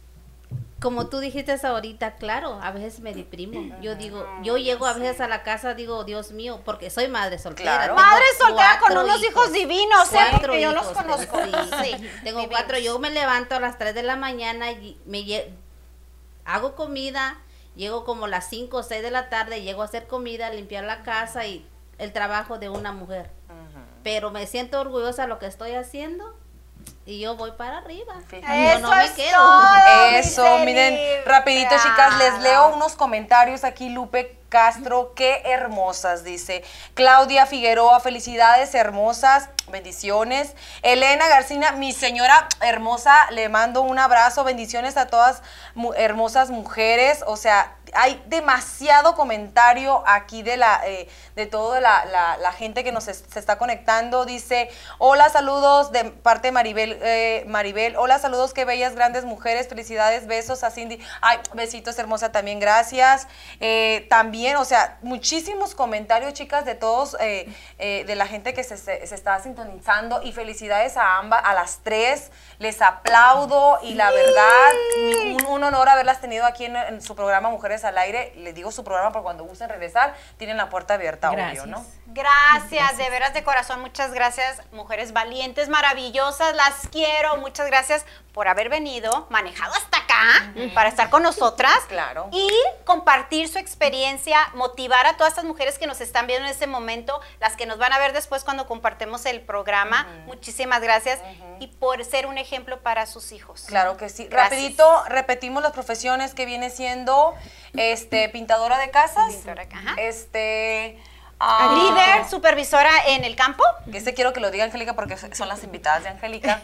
como tú dijiste ahorita, claro, a veces me deprimo. Yo digo, yo llego a veces a la casa, digo, Dios mío, porque soy madre soltera. Claro. tengo Madre soltera con cuatro unos hijos divinos, ¿eh? Cuatro Porque yo los hijos, conozco. Sí, tengo Divinos. cuatro. Yo me levanto a las tres de la mañana y me lle- hago comida, llego como a las cinco o seis de la tarde, llego a hacer comida, limpiar la casa y el trabajo de una mujer. Pero me siento orgullosa de lo que estoy haciendo y yo voy para arriba. Fíjate. Yo Eso no me es quedo. todo. Eso, Giseli. miren, rapidito, chicas, les Bravo. leo unos comentarios aquí. Lupe Castro, qué hermosas, dice. Claudia Figueroa, felicidades, hermosas, bendiciones. Elena García, mi señora hermosa, le mando un abrazo, bendiciones a todas mu- hermosas mujeres. O sea, hay demasiado comentario aquí de la eh, de toda la, la, la gente que nos es- se está conectando. Dice, hola, saludos de parte de Maribel, eh, Maribel, hola, saludos, qué bellas, grandes mujeres, felicidades, besos a Cindy. Ay, besitos, hermosa, también, gracias. Eh, también, o sea, muchísimos comentarios, chicas, de todos, eh, eh, de la gente que se, se, se está sintonizando, y felicidades a ambas, a las tres, les aplaudo, y la verdad, un, un honor haberlas tenido aquí en, en su programa Mujeres al Aire. Les digo su programa porque cuando gusten regresar, tienen la puerta abierta, Gracias. obvio, ¿no? Gracias, de veras de corazón, muchas gracias, mujeres valientes, maravillosas, las quiero, muchas gracias por haber venido, manejado hasta acá, acá uh-huh. para estar con nosotras. Claro. Y compartir su experiencia, motivar a todas estas mujeres que nos están viendo en este momento, las que nos van a ver después cuando compartemos el programa. Uh-huh. Muchísimas gracias. Uh-huh. Y por ser un ejemplo para sus hijos. Claro que sí. Gracias. Rapidito, repetimos las profesiones que viene siendo este, pintadora de casas. Pintora, ajá. Este... Uh, líder, supervisora en el campo. Que este quiero que lo diga Angélica porque son las invitadas de Angélica.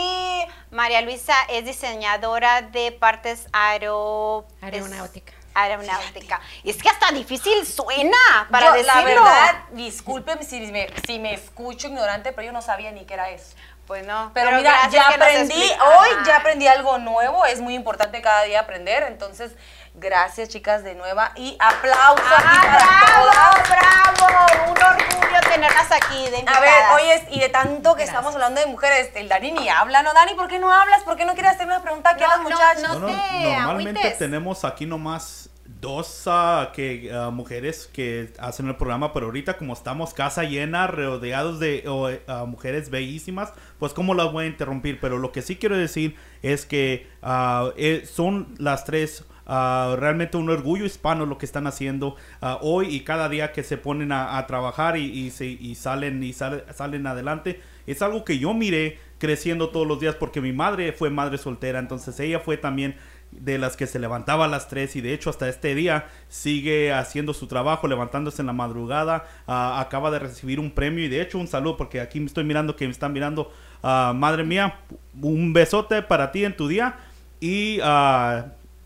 Y María Luisa es diseñadora de partes aero... aeronáutica. Aeronáutica. Y es que hasta difícil suena para yo, decirlo. La verdad, discúlpeme si me, si me escucho ignorante, pero yo no sabía ni qué era eso. Pues no. Pero, pero mira, ya aprendí, hoy ya aprendí algo nuevo, es muy importante cada día aprender, entonces... Gracias, chicas, de nueva. Y aplausos ah, aquí para bravo, todas. bravo. Un orgullo tenerlas aquí de invitadas. A ver, oye, y de tanto que Gracias. Estamos hablando de mujeres, el Dani ni habla, ¿no, Dani? ¿Por qué no hablas? ¿Por qué no quieres hacer una pregunta aquí no, a las muchachas? No, no, no, te no, normalmente agüites. Tenemos aquí nomás dos uh, que, uh, mujeres que hacen el programa, pero ahorita como estamos casa llena, rodeados de uh, uh, mujeres bellísimas, pues cómo las voy a interrumpir. Pero lo que sí quiero decir es que uh, eh, son las tres... Uh, realmente un orgullo hispano lo que están haciendo uh, hoy y cada día que se ponen a, a trabajar y, y, se, y salen y sale, salen adelante. Es algo que yo miré creciendo todos los días porque mi madre fue madre soltera, entonces ella fue también de las que se levantaba a las tres y de hecho hasta este día sigue haciendo su trabajo, levantándose en la madrugada. Uh, acaba de recibir un premio y de hecho un saludo porque aquí me estoy mirando que me están mirando. Uh, madre mía, un besote para ti en tu día y... Uh,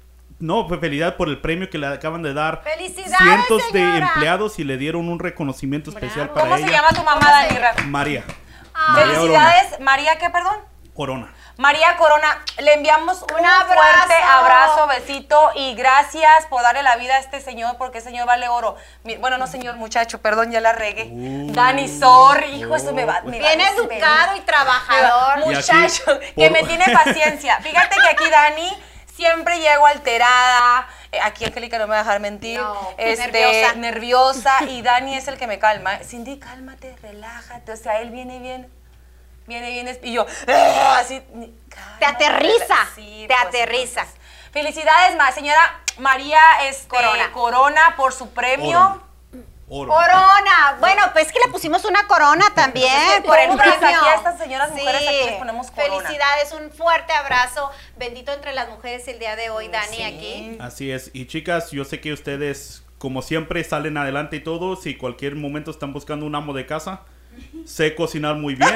No, pues felicidad por el premio que le acaban de dar. ¡Felicidades, cientos señora! de empleados y le dieron un reconocimiento especial Bravo. para ¿Cómo ella. se llama tu mamá, Dani? María. Ah. María Felicidades, Corona. María, ¿qué, perdón? Corona. María Corona, le enviamos un, un abrazo. fuerte abrazo, besito y gracias por darle la vida a este señor porque ese señor vale oro. Mi, bueno, no señor muchacho, perdón, ya la regué. Uh, Dani, sorry, hijo, uh, eso me va. Me bien va educado y trabajador. Y muchacho, aquí, que por... me tiene paciencia. Fíjate que aquí Dani siempre llego alterada. Eh, aquí Angélica no me va a dejar mentir. No, este, nerviosa. nerviosa. Y Dani es el que me calma. Cindy, cálmate, relájate. O sea, él viene bien. Viene bien. Y yo, ¡ah! Así. Cálmate, te aterriza. Sí, te pues, aterriza. Entonces, felicidades, ma, señora María este, Corona. Corona por su premio. Oro. Oro. Corona. Bueno, pues es que le pusimos una corona también por el Hombres, premio. aquí a estas señoras mujeres Sí. aquí les ponemos corona. Felicidades, un fuerte abrazo. Bendito entre las mujeres el día de hoy, Dani, Sí. aquí. Así es. Y chicas, yo sé que ustedes, como siempre, salen adelante y todo. Si cualquier momento están buscando un amo de casa, sé cocinar muy bien.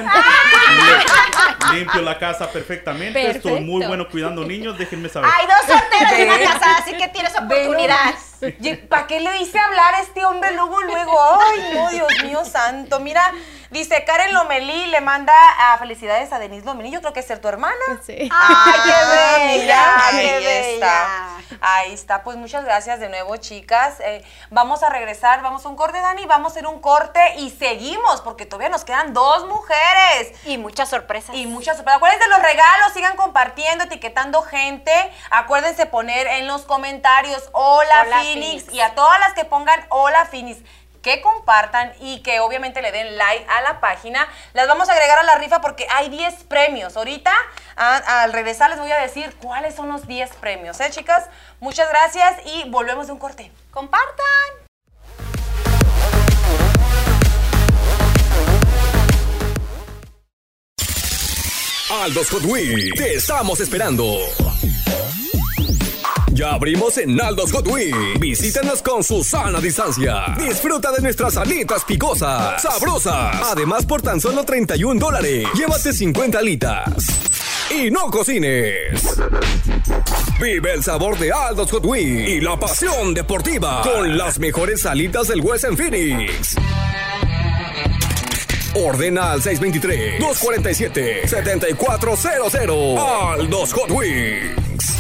Le, limpio la casa perfectamente. Perfecto. Estoy muy bueno cuidando niños. Déjenme saber. Hay dos solteras y una casada, así que tienes oportunidad. ¿Para qué le hice hablar a este hombre luego, luego? Ay, no, Dios mío santo. Mira, dice Karen Lomelí, le manda a felicidades a Denise Lomelí. Yo creo que es ser tu hermana. Sí. Ay, qué bella, Mira, qué ahí bella. está. Ahí está. Pues muchas gracias de nuevo, chicas. Eh, vamos a regresar, vamos a un corte, Dani. Vamos a hacer un corte y seguimos, porque todavía nos quedan dos mujeres. Y muchas sorpresas. Y muchas sorpresas. Acuérdense de los regalos, sigan compartiendo, etiquetando gente. Acuérdense poner en los comentarios hola, Hola, Phoenix. Phoenix. Y a todas las que pongan hola Phoenix, que compartan y que obviamente le den like a la página. Las vamos a agregar a la rifa porque hay diez premios. Ahorita, a, al regresar, les voy a decir cuáles son los diez premios. ¿Eh, chicas? Muchas gracias y volvemos de un corte. Compartan. Aldo's Hot Wheels, te estamos esperando. Ya abrimos en Aldo's Hot Wheels. Visítanos con su sana distancia. Disfruta de nuestras alitas picosas, sabrosas. Además, por tan solo treinta y un dólares, llévate cincuenta alitas. Y no cocines. Vive el sabor de Aldo's Hot Wheels y la pasión deportiva con las mejores alitas del West en Phoenix. Ordena al seis dos tres, dos cuatro siete, siete cuatro cero cero. Aldo's Hot Wheels.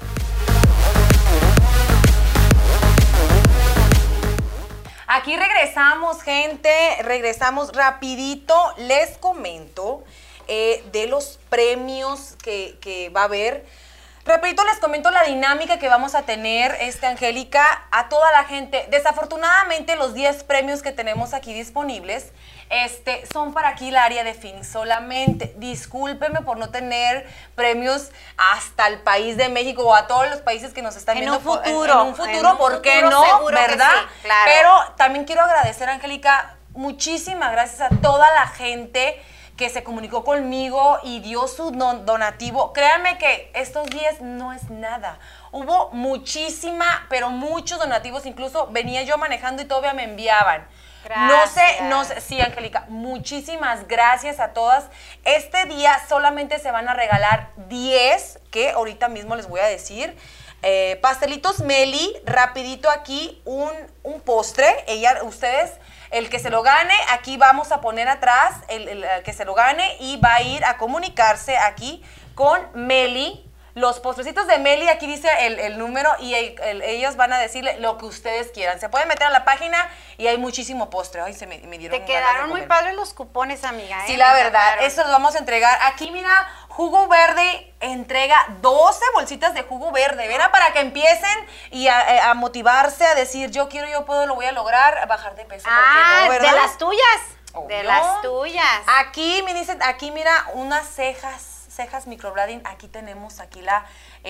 Aquí regresamos, gente, regresamos rapidito. Les comento eh, de los premios que, que va a haber. Rapidito les comento la dinámica que vamos a tener, este, Angélica, a toda la gente. Desafortunadamente, los diez premios que tenemos aquí disponibles este, son para aquí el área de Phoenix solamente. Discúlpenme por no tener premios hasta el país de México o a todos los países que nos están en viendo. Un futuro, en, en un futuro, un ¿por qué futuro no? seguro ¿Verdad? Que sí, claro. Pero también quiero agradecer, Angélica, muchísimas gracias a toda la gente que se comunicó conmigo y dio su donativo. Créanme que estos días no es nada. Hubo muchísima, pero muchos donativos. Incluso venía yo manejando y todavía me enviaban. Gracias. No sé, no sé. Sí, Angélica, muchísimas gracias a todas. Este día solamente se van a regalar diez, que ahorita mismo les voy a decir. Eh, pastelitos Meli, rapidito aquí, un, un postre. Ella, ustedes... El que se lo gane, aquí vamos a poner atrás, el, el, el que se lo gane y va a ir a comunicarse aquí con Meli. Los postrecitos de Meli, aquí dice el, el número y el, el, ellos van a decirle lo que ustedes quieran. Se pueden meter a la página y hay muchísimo postre. Ay, se me, me dieron Te quedaron muy padres los cupones, amiga. ¿eh? Sí, la verdad, eso los vamos a entregar. Aquí, mira, Jugo Verde entrega doce bolsitas de jugo verde. Verá, para que empiecen y a, a motivarse, a decir, yo quiero, yo puedo, lo voy a lograr, bajar de peso. Ah, no, ¿verdad? de las tuyas. Obvio. De las tuyas. Aquí me dicen, aquí mira, unas cejas, cejas microblading. Aquí tenemos, aquí la,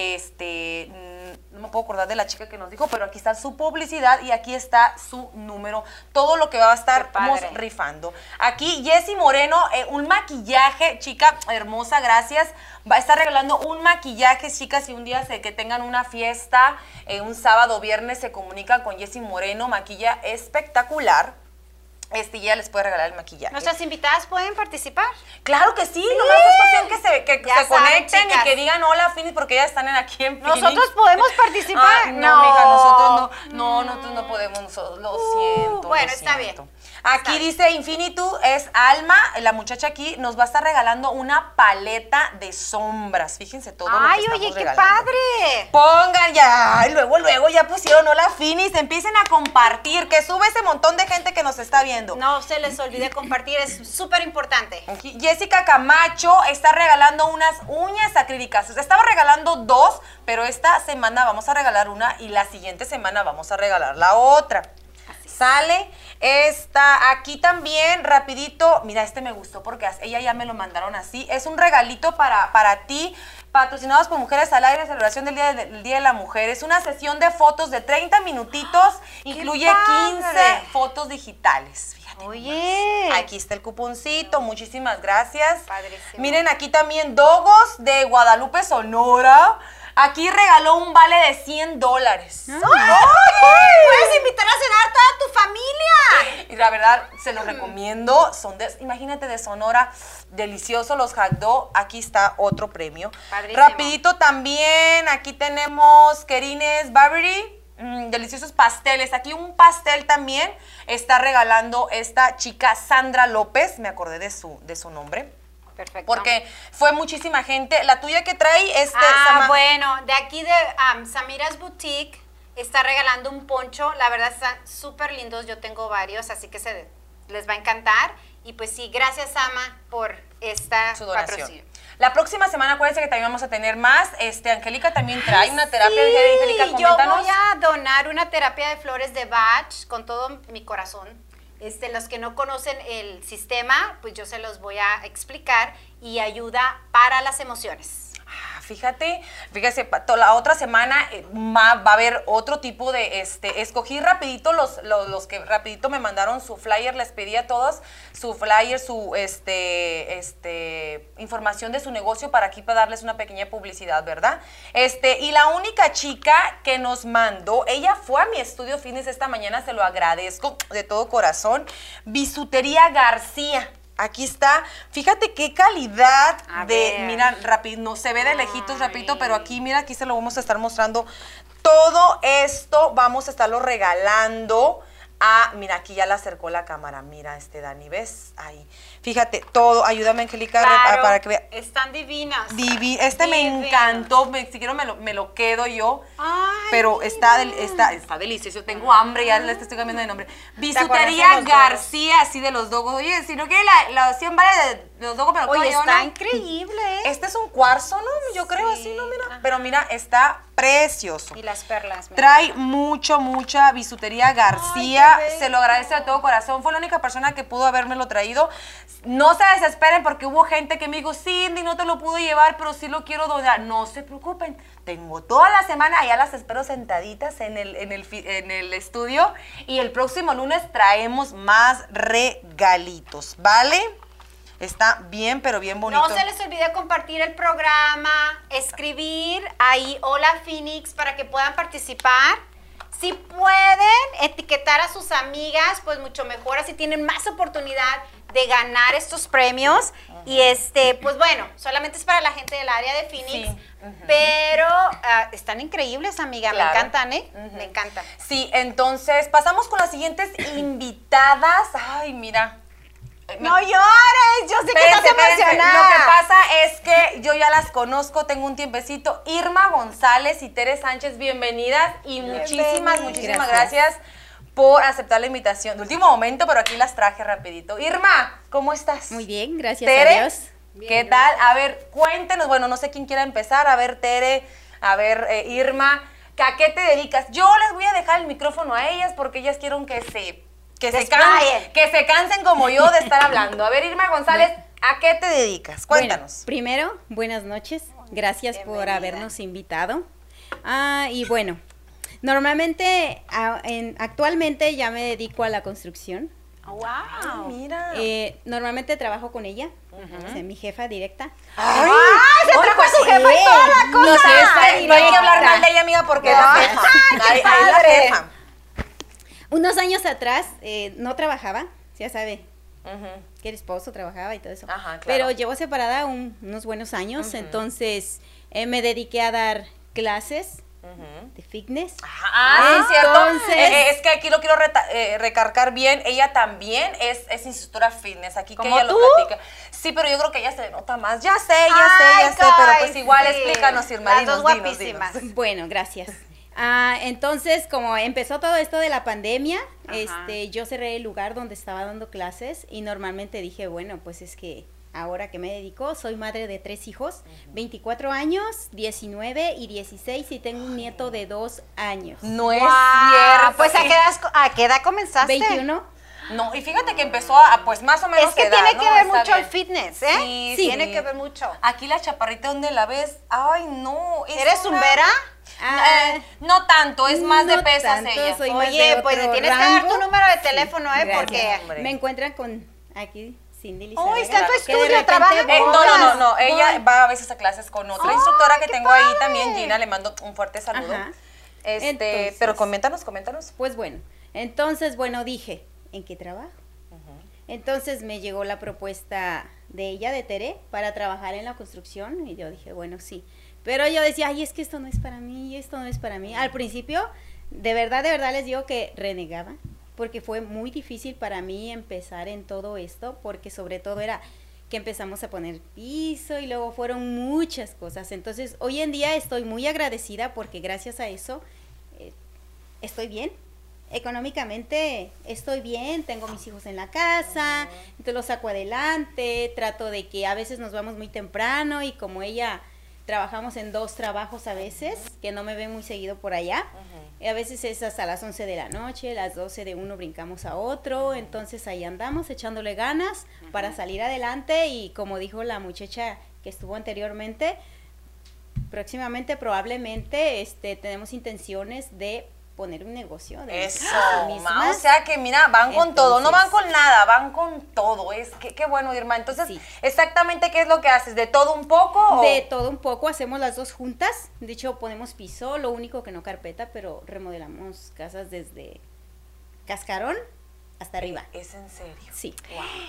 este, no me puedo acordar de la chica que nos dijo, pero aquí está su publicidad y aquí está su número. Todo lo que va a estar rifando. Aquí Jessy Moreno, eh, un maquillaje, chica hermosa, gracias. Va a estar regalando un maquillaje, chicas, si un día se, que tengan una fiesta, eh, un sábado o viernes, se comunican con Jessy Moreno, maquilla espectacular. Este ya les puede regalar el maquillaje. ¿Nuestras invitadas pueden participar? Claro que sí, sí. Nomás es cuestión que se, que ya se saben, conecten chicas. y que digan hola, Phoenix, porque ya están en aquí en Phoenix. ¿Nosotros podemos participar? Ah, no, no, mija, nosotros no, no, nosotros no podemos, nosotros, lo Uh, siento. bueno, lo está siento. bien. Aquí dice Infinitu, es Alma, la muchacha aquí nos va a estar regalando una paleta de sombras. Fíjense todo Ay, lo que oye, estamos qué regalando. padre. Pongan ya, y luego, luego ya pusieron hola Phoenix, empiecen a compartir, que sube ese montón de gente que nos está viendo. No se les olvide compartir, es súper importante. Aquí, Jessica Camacho está regalando unas uñas acrílicas. Estaba regalando dos, pero esta semana vamos a regalar una y la siguiente semana vamos a regalar la otra. Sale esta, aquí también, rapidito, mira, este me gustó porque ella ya me lo mandaron así, es un regalito para, para ti, patrocinados por Mujeres al Aire, celebración del Día de, del Día de la Mujer, es una sesión de fotos de treinta minutitos, incluye quince fotos digitales, fíjate. Oye. Nomás. Aquí está el cuponcito, muchísimas gracias. Padrísimo. Miren, aquí también Dogos de Guadalupe, Sonora. Aquí regaló un vale de cien dólares. ¡Ay! Puedes invitar a cenar a toda tu familia. Y la verdad, se los recomiendo. Son de, imagínate, de Sonora, delicioso los hot dog. Aquí está otro premio. Padrísimo. Rapidito también, aquí tenemos Kerines Barbery. Mm, deliciosos pasteles. Aquí un pastel también está regalando esta chica Sandra López. Me acordé de su, de su nombre. Perfecto. Porque fue muchísima gente. La tuya que trae, este... Ah, Sama- bueno, de aquí de um, Samira's Boutique está regalando un poncho. La verdad están súper lindos. Yo tengo varios, así que se les va a encantar. Y pues sí, gracias, Sama, por esta su donación. patrocinio. La próxima semana, acuérdense que también vamos a tener más. Este, Angélica también trae una terapia. Sí, Angélica, yo coméntanos. voy a donar una terapia de flores de Bach con todo mi corazón. Este, los que no conocen el sistema, pues yo se los voy a explicar y ayuda para las emociones. Ah, fíjate, fíjese, Pato, la otra semana eh, ma- va a haber otro tipo de, este, escogí rapidito los, los, los que rapidito me mandaron su flyer, les pedí a todos su flyer, su, este, este, información de su negocio para aquí para darles una pequeña publicidad, ¿verdad? Este, y la única chica que nos mandó, ella fue a mi estudio fitness esta mañana, se lo agradezco de todo corazón, Bisutería García. Aquí está, fíjate qué calidad A de, ver. mira, rápido, no se ve de lejitos, rapidito, pero aquí, mira, aquí se lo vamos a estar mostrando. Todo esto vamos a estarlo regalando Ah, mira, aquí ya la acercó la cámara. Mira, este Dani, ¿ves? Ahí. Fíjate, todo. Ayúdame, Angélica, Claro, para que vea. están divinas. Divi, este me Divinas. encantó. Me, si quiero me lo, me lo quedo yo. Ay, pero mira. está, del- está, está delicioso. Tengo hambre, ya le estoy cambiando de nombre. Bisutería acuerdas de los García, así de los dogos. Oye, si no quiere la, la cien vale de los dogos, pero Oye, yo, está ¿no? increíble, ¿eh? Este es un cuarzo, ¿no? Yo creo Sí, así, ¿no? Mira. ajá. Pero mira, está precioso. Y las perlas. mira. Trae mucho, mucha bisutería García. Ay, qué Se lo agradece de todo corazón. Fue la única persona que pudo habérmelo traído. No se desesperen porque hubo gente que me dijo, Cindy, no te lo pude llevar, pero sí lo quiero donar. No se preocupen. Tengo toda la semana, allá las espero sentaditas en el, en el, fi- en el estudio. Y el próximo lunes traemos más regalitos, ¿vale? Está bien, pero bien bonito. No se les olvide compartir el programa, escribir ahí Hola Phoenix para que puedan participar. Si pueden etiquetar a sus amigas, pues mucho mejor, así tienen más oportunidad de ganar estos premios. Y este, pues bueno, solamente es para la gente del área de Phoenix, Sí. pero ah, están increíbles, amiga, Claro. me encantan, ¿eh? Ujú. Me encantan. Sí, entonces pasamos con las siguientes invitadas. Ay, mira. No llores, yo sé que Espérense, estás espérense. emocionada. Lo que pasa es que yo ya las conozco, tengo un tiempecito. Irma González y Tere Sánchez, bienvenidas y muchísimas, muchísimas gracias. por aceptar la invitación. De último momento, pero aquí las traje rapidito. Irma, ¿cómo estás? Muy bien, gracias Tere, a Dios. ¿qué tal? A ver, cuéntenos, bueno, no sé quién quiera empezar. A ver, Tere, a ver, eh, Irma, ¿a qué te dedicas? Yo les voy a dejar el micrófono a ellas porque ellas quieren que se... Que se, cansen, que se cansen como yo de estar hablando. A ver, Irma González, ¿a qué te dedicas? Cuéntanos. Bueno, primero, buenas noches. Gracias por habernos invitado. Ah, y bueno, normalmente, a- en- actualmente ya me dedico a la construcción. ¡Wow! Mira. Eh, normalmente trabajo con ella, o sea, mi jefa directa. ¡Ay! se trajo a su jefa y toda la cosa. No sé, está No hay que directa. hablar mal de ella, amiga, porque es la jefa. ¡Ay, qué Ahí- ahí es la padre! jefa. Unos años atrás eh, no trabajaba, ya sabe, Ujú. que el esposo trabajaba y todo eso. Ajá, claro. Pero llevo separada un- unos buenos años, entonces eh, me dediqué a dar clases de fitness. Ah, sí, cierto. Entonces- Eh, eh, es que aquí lo quiero reta- eh, recargar bien. Ella también es, es instructora fitness. Aquí que ¿Como ella tú? lo platica. Sí, pero yo creo que ella se le nota más. Ya sé, ya sé, Ay, ya sé. Pero pues Kai, igual, sí. explícanos, Irma. Las Dinos, dos dinos, guapísimas. dinos. Bueno, gracias. Ah, entonces, como empezó todo esto de la pandemia, Ajá. este, yo cerré el lugar donde estaba dando clases y normalmente dije, bueno, pues es que ahora que me dedico, soy madre de tres hijos, veinticuatro años, diecinueve y dieciséis y tengo un nieto de dos años. No es Guau, cierto. Pues, ¿a Sí. qué, edad, ¿a qué edad comenzaste? veintiuno. No, y fíjate que empezó a, pues más o menos Es que edad, tiene ¿no? que ver Está mucho el bien. fitness, ¿eh? Sí, Sí. Tiene que ver mucho. Aquí la chaparrita, ¿dónde la ves? Ay, no. es ¿Eres una- zumbera? Ah, Eh, no tanto, es más de no pesas tanto, ella. soy más Oye, de pues otro le tienes que dar rango. tu número de teléfono, ¿eh? Gracias. Porque... hombre. Me encuentran con aquí Cindy Oh, Lizarraga, está en tu que de estudio, repente trabaja en voy- Eh, no, no, no, no, voy. ella va a veces a clases con otra ¡Ay, instructora que qué tengo ahí padre! también, Gina, le mando un fuerte saludo. Ajá. Este, Entonces- pero coméntanos, coméntanos. Pues bueno, entonces, bueno, dije, ¿en qué trabajo? Entonces me llegó la propuesta de ella, de Tere, para trabajar en la construcción y yo dije, bueno, sí. Pero yo decía, ay, es que esto no es para mí, esto no es para mí. Al principio, de verdad, de verdad les digo que renegaba, porque fue muy difícil para mí empezar en todo esto, porque sobre todo era que empezamos a poner piso y luego fueron muchas cosas. Entonces, hoy en día estoy muy agradecida porque gracias a eso eh, estoy bien. Económicamente estoy bien, tengo mis hijos en la casa, entonces los saco adelante, trato de que a veces nos vamos muy temprano y como ella trabajamos en dos trabajos a veces, que no me ven muy seguido por allá, y a veces es hasta las once de la noche, las doce de uno brincamos a otro, entonces ahí andamos echándole ganas para salir adelante y como dijo la muchacha que estuvo anteriormente, próximamente probablemente este, tenemos intenciones de poner un negocio de Eso, nosotras ma, mismas. o sea que mira, van con todo, no van Entonces- con nada, van con todo. Es que qué bueno, Irma. Entonces, Sí. exactamente qué es lo que haces, ¿de todo un poco? o- De todo un poco, hacemos las dos juntas. De hecho, ponemos piso, lo único que no carpeta, pero remodelamos casas desde cascarón hasta arriba. ¿Es en serio? Sí.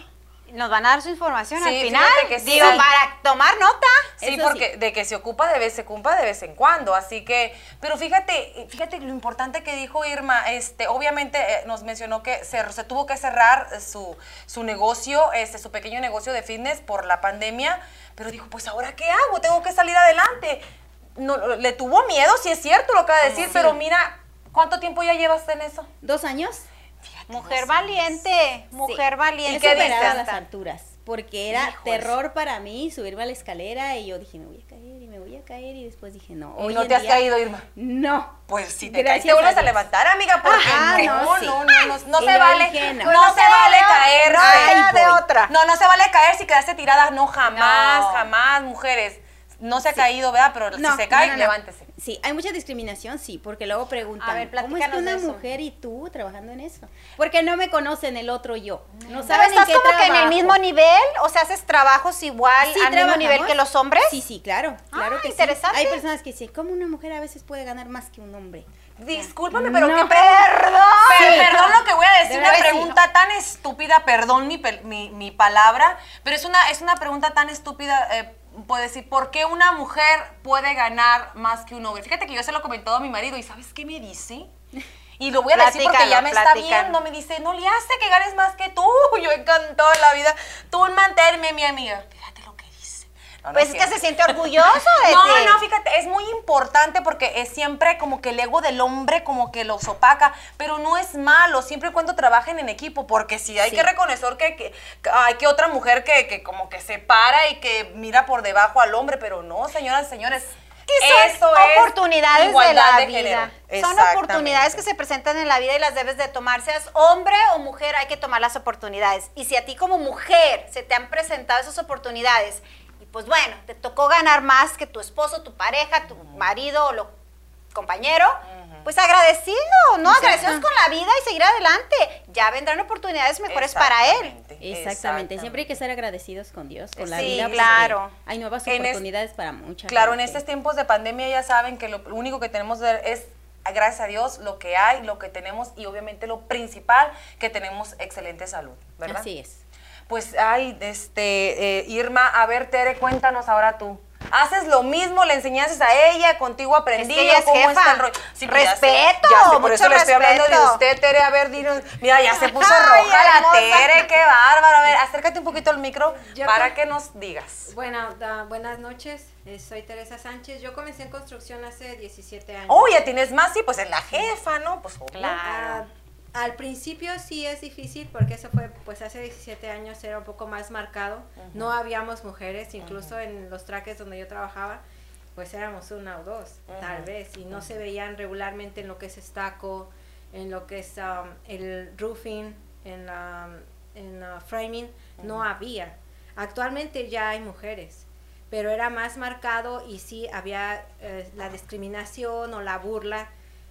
Nos van a dar su información Sí, al final. fíjate que sí. Digo, Sí. para tomar nota. Sí, Eso porque de que se ocupa de vez, se ocupa de vez en cuando, así que, pero fíjate, fíjate lo importante que dijo Irma, este, obviamente eh, nos mencionó que se, se tuvo que cerrar su, su negocio, este, su pequeño negocio de fitness por la pandemia, pero dijo, pues ahora ¿qué hago? Tengo que salir adelante. No, le tuvo miedo, sí es cierto lo acaba de decir, Sí. pero mira, ¿cuánto tiempo ya llevas en eso? ¿Dos años? Mujer valiente, mujer Sí. valiente. He qué superado dices? las alturas, porque era Hijos. terror para mí subirme a la escalera y yo dije, me voy a caer y me voy a caer y después dije, no. ¿Y hoy no en te has día- caído, Irma? No. Pues si te Gracias caes te vuelves a, Dios. levantar, amiga, porque Ah, no, no, no, sí. no, no, no, Y se lo vale, dije, no. no, No se se vale vale, caer, no ay, queda de voy. otra. No, no se vale caer si quedaste tirada, no, jamás, No. jamás, mujeres. No se ha caído, ¿verdad? Pero No, si se cae, no, no, no. levántese. Sí, hay mucha discriminación, sí, porque luego preguntan, A ver, ¿cómo es que platícanos una de eso. mujer y tú trabajando en eso? Porque no me conocen el otro yo, no Pero saben en estás qué como que en el trabajo. mismo nivel, o sea, haces trabajos igual Sí, al mismo trabajamos. nivel que los hombres. Sí, sí, claro, claro Ah, que interesante. sí. Hay personas que dicen, ¿cómo una mujer a veces puede ganar más que un hombre? Discúlpame, pero No. qué pregunta. Pero, Sí. perdón lo que voy a decir, De una verdad, sí. pregunta tan estúpida, perdón mi, pel- mi, mi palabra, pero es una, es una pregunta tan estúpida, eh, puedo decir, ¿por qué una mujer puede ganar más que un hombre? Fíjate que yo se lo he comentado a mi marido y ¿sabes qué me dice? Y lo voy a decir porque ya me está Platícalo, viendo, me dice, no le hace que ganes más que tú. Yo encantado en la vida. Tú mantenerme, mi amiga. Fíjate lo que dice. No, no Pues es que cierto. se siente orgulloso de No, ti. no, fíjate, es muy importante porque es siempre como que el ego del hombre como que los opaca, pero no es malo, siempre y cuando trabajen en equipo, porque si hay Sí. que reconocer que, que, que hay que otra mujer que, que como que se para y que mira por debajo al hombre, pero no, señoras y señores, Que son eso es oportunidades de igualdad la de vida. género. Son Exactamente. oportunidades que se presentan en la vida y las debes de tomar. Seas hombre o mujer, hay que tomar las oportunidades. Y si a ti como mujer se te han presentado esas oportunidades, y pues bueno, te tocó ganar más que tu esposo, tu pareja, tu marido o lo compañero, pues agradecido, ¿no? Agradecidos con la vida y seguir adelante. Ya vendrán oportunidades mejores para él. Exactamente, Exactamente, siempre hay que ser agradecidos con Dios, con la Sí, vida, porque claro. hay nuevas En es- oportunidades para muchas. Claro, en estos tiempos de pandemia ya saben que lo único que tenemos de- es, gracias a Dios, lo que hay, lo que tenemos y obviamente lo principal, que tenemos excelente salud, ¿verdad? Así es. Pues, ay, este, eh, Irma, a ver, Tere, cuéntanos ahora tú. ¿Haces lo mismo? ¿Le enseñaste a ella? ¿Contigo aprendí? Es que ella es ¿Cómo jefa. está el rollo? Sí, pues, ya sé, Respeto, ya sé, por mucho eso le estoy hablando de respeto. usted, Tere. A ver, dinos. Mira, ya se puso Ay, roja la hermosa. Tere, qué bárbaro. A ver, acércate un poquito al micro Yo para con- que nos digas. Bueno, da- buenas noches, eh, soy Teresa Sánchez. Yo comencé en construcción hace diecisiete años. Oh, ya tienes más, sí, pues es la jefa, ¿no? Pues obvio. Ah, al principio sí es difícil porque eso fue, pues hace diecisiete años era un poco más marcado. No habíamos mujeres, incluso en los traques donde yo trabajaba, pues éramos una o dos, tal vez, y no se veían regularmente en lo que es estaco, en lo que es um, el roofing, en la en la framing, no había. Actualmente ya hay mujeres, pero era más marcado y sí había eh, la discriminación o la burla,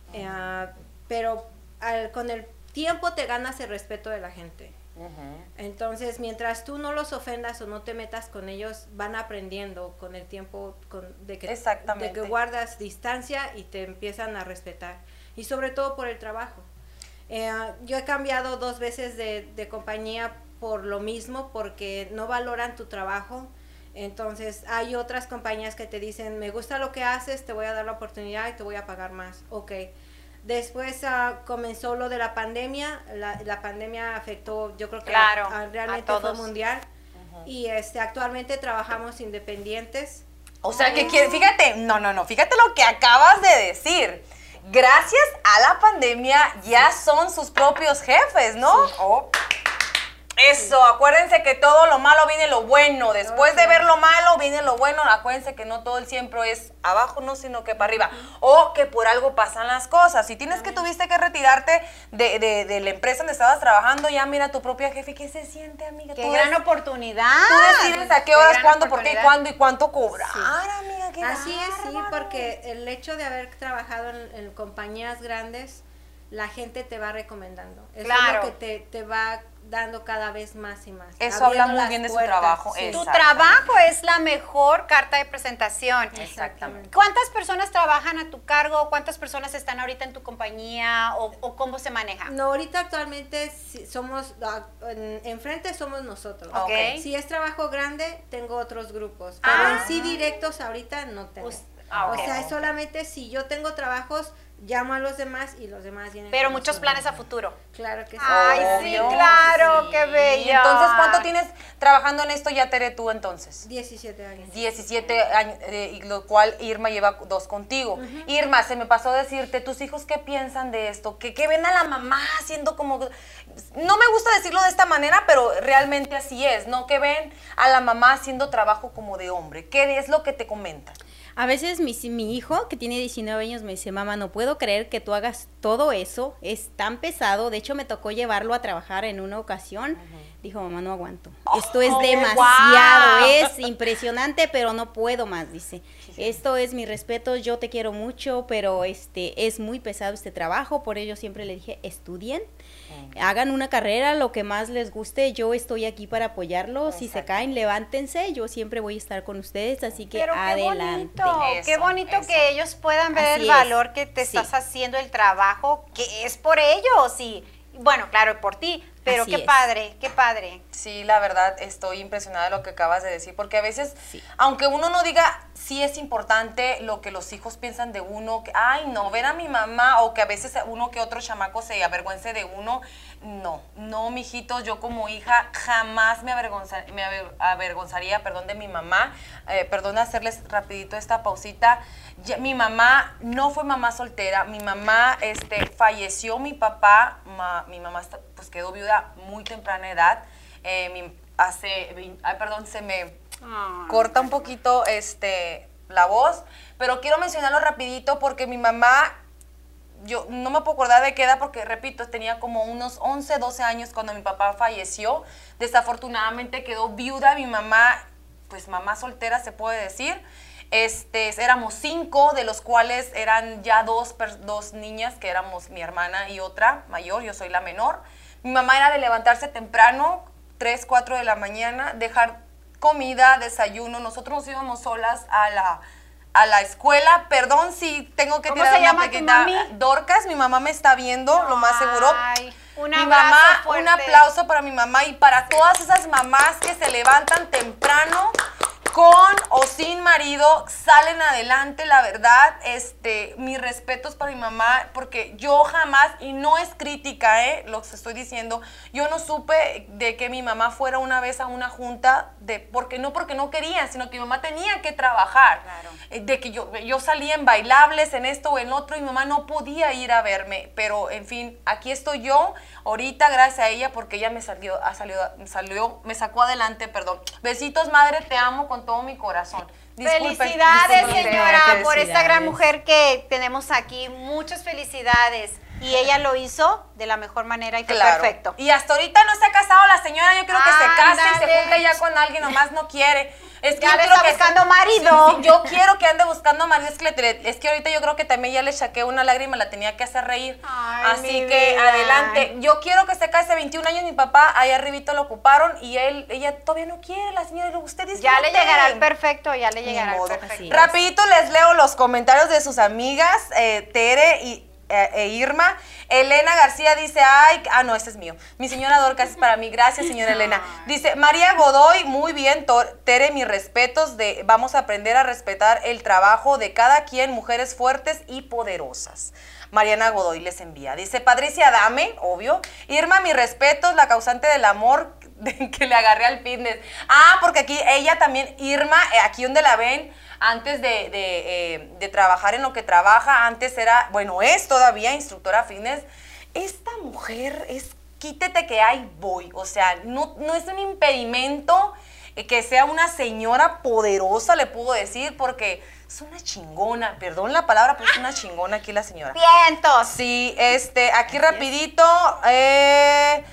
eh, pero al- con el tiempo te ganas el respeto de la gente. Entonces, mientras tú no los ofendas o no te metas con ellos, van aprendiendo con el tiempo con- de, que, Exactamente. de que guardas distancia y te empiezan a respetar. Y sobre todo por el trabajo. Eh, yo he cambiado dos veces de, de compañía por lo mismo, porque no valoran tu trabajo. Entonces, hay otras compañías que te dicen, me gusta lo que haces, te voy a dar la oportunidad y te voy a pagar más. Ok. Después ah, comenzó lo de la pandemia. La, la pandemia afectó, yo creo que Claro, a- a- realmente a fue todos. mundial. Y este, actualmente trabajamos independientes. O sea, que quiere- fíjate, no, no, no, fíjate lo que acabas de decir. Gracias a la pandemia ya son sus propios jefes, ¿no? Oh. Eso, acuérdense que todo lo malo viene lo bueno. Después de ver lo malo viene lo bueno. Acuérdense que no todo el siempre es abajo, no, sino que para arriba. O que por algo pasan las cosas. Si tienes que tuviste que retirarte de, de, de la empresa donde estabas trabajando, ya mira a tu propia jefe. ¿Qué se siente, amiga? Qué Tú gran des- oportunidad. Tú decides a qué Qué horas, gran cuándo, por qué, oportunidad. cuándo y cuánto cobrar, amiga. Qué Así es, sí, bárbaro. porque el hecho de haber trabajado en, en compañías grandes, la gente te va recomendando. Eso Claro. es lo que te, te va dando cada vez más y más. Eso habla abriendo muy las bien de su puertas. trabajo. Sí. Tu Exactamente. trabajo es la mejor carta de presentación. Exactamente. ¿Cuántas personas trabajan a tu cargo? ¿Cuántas personas están ahorita en tu compañía? ¿O, o cómo se maneja? No, ahorita actualmente sí somos, ah, en- enfrente somos nosotros. Ok. Si es trabajo grande, tengo otros grupos. Pero Ah. en sí directos ahorita no tengo. Us- ah, ok. O sea, es solamente si yo tengo trabajos, llamo a los demás y los demás vienen. Pero con muchos nosotros. planes a futuro. Claro que sí. Ay, sí, Obvio. claro, qué Y bella. entonces, ¿cuánto tienes trabajando en esto ya, Tere, tú entonces? diecisiete años. diecisiete años, eh, y lo cual Irma lleva dos contigo. Irma, se me pasó a decirte, ¿tus hijos qué piensan de esto? ¿Qué, qué ven a la mamá haciendo como... No me gusta decirlo de esta manera, pero realmente así es, ¿no? Que ven a la mamá haciendo trabajo como de hombre. ¿Qué es lo que te comentan? A veces mi, mi hijo, que tiene diecinueve años, me dice, mamá, no puedo creer que tú hagas todo eso, es tan pesado. De hecho, me tocó llevarlo a trabajar en una ocasión. Dijo, mamá, no aguanto. Esto es Oh, demasiado, wow. es impresionante, pero no puedo más, dice. Esto es mi respeto, yo te quiero mucho, pero este es muy pesado este trabajo, por ello siempre le dije, estudien, hagan una carrera, lo que más les guste, yo estoy aquí para apoyarlos, si se caen, levántense, yo siempre voy a estar con ustedes, así que Pero qué adelante. bonito, Eso, qué bonito eso. que ellos puedan ver Así el es. valor que te Sí. estás haciendo, el trabajo que es por ellos y bueno, claro, por ti, pero Así qué es. padre, qué padre. Sí, la verdad, estoy impresionada de lo que acabas de decir, porque a veces, Sí. aunque uno no diga, sí es importante lo que los hijos piensan de uno, que, ay, no, ver a mi mamá, o que a veces uno que otro chamaco se avergüence de uno, no, no, mijitos, yo como hija jamás me, avergonza, me aver- avergonzaría, perdón, de mi mamá, eh, perdón hacerles rapidito esta pausita. Ya, mi mamá no fue mamá soltera, mi mamá este, falleció, mi papá, ma- mi mamá está- pues quedó viuda muy temprana edad, eh, mi- hace, vein- ay, perdón, se me corta un poquito este, la voz, pero quiero mencionarlo rapidito porque mi mamá, yo no me puedo acordar de qué edad porque, repito, tenía como unos once, doce años cuando mi papá falleció, desafortunadamente quedó viuda, mi mamá, pues mamá soltera se puede decir. Este, éramos cinco, de los cuales eran ya dos, per- dos niñas, que éramos mi hermana y otra mayor, yo soy la menor. Mi mamá era de levantarse temprano, tres, cuatro de la mañana, dejar comida, desayuno. Nosotros nos íbamos solas a la, a la escuela. Perdón si tengo que ¿Cómo tirar se una llama tu pequeña... mami? Dorcas, mi mamá me está viendo, lo más seguro. Ay, un Mi abrazo mamá, fuerte. un aplauso para mi mamá y para todas esas mamás que se levantan temprano con o sin marido, salen adelante, la verdad, este, mis respetos para mi mamá, porque yo jamás, y no es crítica, eh, lo que estoy diciendo, yo no supe de que mi mamá fuera una vez a una junta, de, porque no porque no querían, sino que mi mamá tenía que trabajar, Claro. eh, de que yo, yo salía en bailables, en esto o en otro, y mi mamá no podía ir a verme, pero en fin, aquí estoy yo, ahorita gracias a ella, porque ella me salió, ha salido, salió, me sacó adelante, perdón. Besitos, madre, te amo con todo mi corazón. Disculpen, Felicidades, disculpen, señora, felicidades. por esta gran mujer que tenemos aquí. Muchas felicidades. Y ella lo hizo de la mejor manera y fue Claro. perfecto. Y hasta ahorita no se ha casado la señora, yo creo que se case y se Ándale. junte ya con alguien, nomás no quiere. Es que Ya yo le creo está que buscando marido. Sí, sí, yo quiero que ande buscando marido, es que, le- es que ahorita yo creo que también ya le saqué una lágrima, la tenía que hacer reír. Ay, Así mi que vida. adelante. Yo quiero que se case veintiún años, mi papá, ahí arribito lo ocuparon y él, ella todavía no quiere, la señora, y luego, usted disfrute. Ya le llegará el perfecto, ya le Ni llegará el modo. perfecto. Así es. Rapidito les leo los comentarios de sus amigas, eh, Tere y eh, e Irma. Elena García dice, ay, ah, no, este es mío. Mi señora Dorcas es para mí. Gracias, señora Elena. Dice, María Godoy, muy bien, Tor- Tere, mis respetos. De, vamos a aprender a respetar el trabajo de cada quien, mujeres fuertes y poderosas. Mariana Godoy les envía. Dice, Patricia Dame, obvio. Irma, mis respetos, la causante del amor de que le agarré al fitness. Ah, porque aquí ella también, Irma, eh, aquí donde la ven, antes de, de, eh, de trabajar en lo que trabaja, antes era, bueno, es todavía instructora fitness. Esta mujer es, quítete que ahí voy. O sea, no, no es un impedimento eh, que sea una señora poderosa, le puedo decir, porque es una chingona. Perdón la palabra, pero es una chingona aquí la señora. Vientos. Sí, este, aquí rapidito, eh,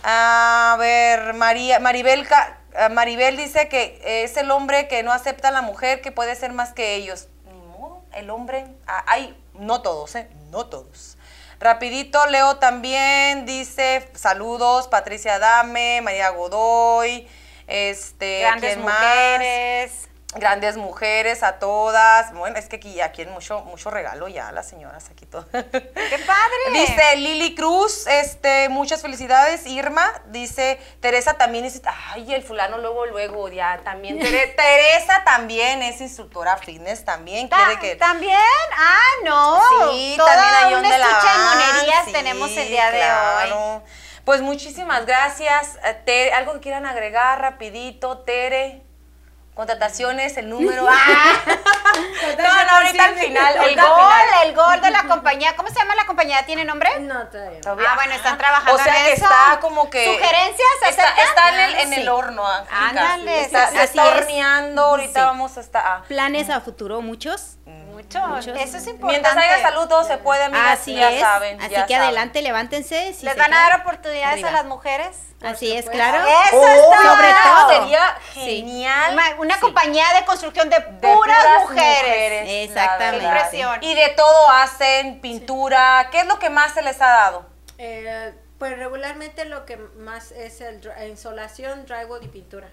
a ver, María, Maribel, Ca- eh, Maribel dice que es el hombre que no acepta a la mujer, que puede ser más que ellos. Ni modo, el hombre, ah, hay, no todos, ¿eh? No todos. Rapidito, Leo también dice, saludos, Patricia Adame, María Godoy, este, Grandes ¿quién más? mujeres. Grandes mujeres a todas. Bueno, es que aquí, aquí hay mucho, mucho regalo ya, las señoras aquí todo. ¡Qué padre! Dice Lili Cruz, este, muchas felicidades. Irma, dice, Teresa también es, ay, el fulano luego, luego, ya, también. Tere- Teresa también es instructora fitness, también Ta- quiere que... ¿También? Ah, no. Sí, Toda también hay una un de la estuche de van, monerías sí, tenemos el día de hoy. claro. Pues muchísimas gracias. Eh, Tere, algo que quieran agregar rapidito, Tere. Contrataciones, el número. ¡Ah! No, no, ahorita al final. El ahorita al gol, final. el gol de la compañía. ¿Cómo se llama la compañía? ¿Tiene nombre? No, todavía no. Todavía. Ah, bueno, están trabajando O sea en que eso. está como que. ¿Sugerencias? Está, ¿Aceptan? está en el, en el Sí. horno. ah, chicas. Ándale, Está, sí, se así está es. horneando. Ahorita Sí. vamos a estar. ah. Planes a futuro, muchos. Muchos. Eso es importante. Mientras haya salud, todo se puede, amigas. Así ya es. saben. Así ya que saben. adelante, levántense. si ¿Les se van a caen, dar oportunidades arriba. a las mujeres? Así es, supuesto. claro. Eso Oh, es todo. sobre todo. Sería Sí. genial. Una, una Sí. compañía de construcción de, De puras, mujeres. la Exactamente. verdad. Qué impresión. Y de todo hacen, pintura. ¿Qué es lo que más se les ha dado? Eh, pues regularmente lo que más es el dry- insolación, drywall y pintura.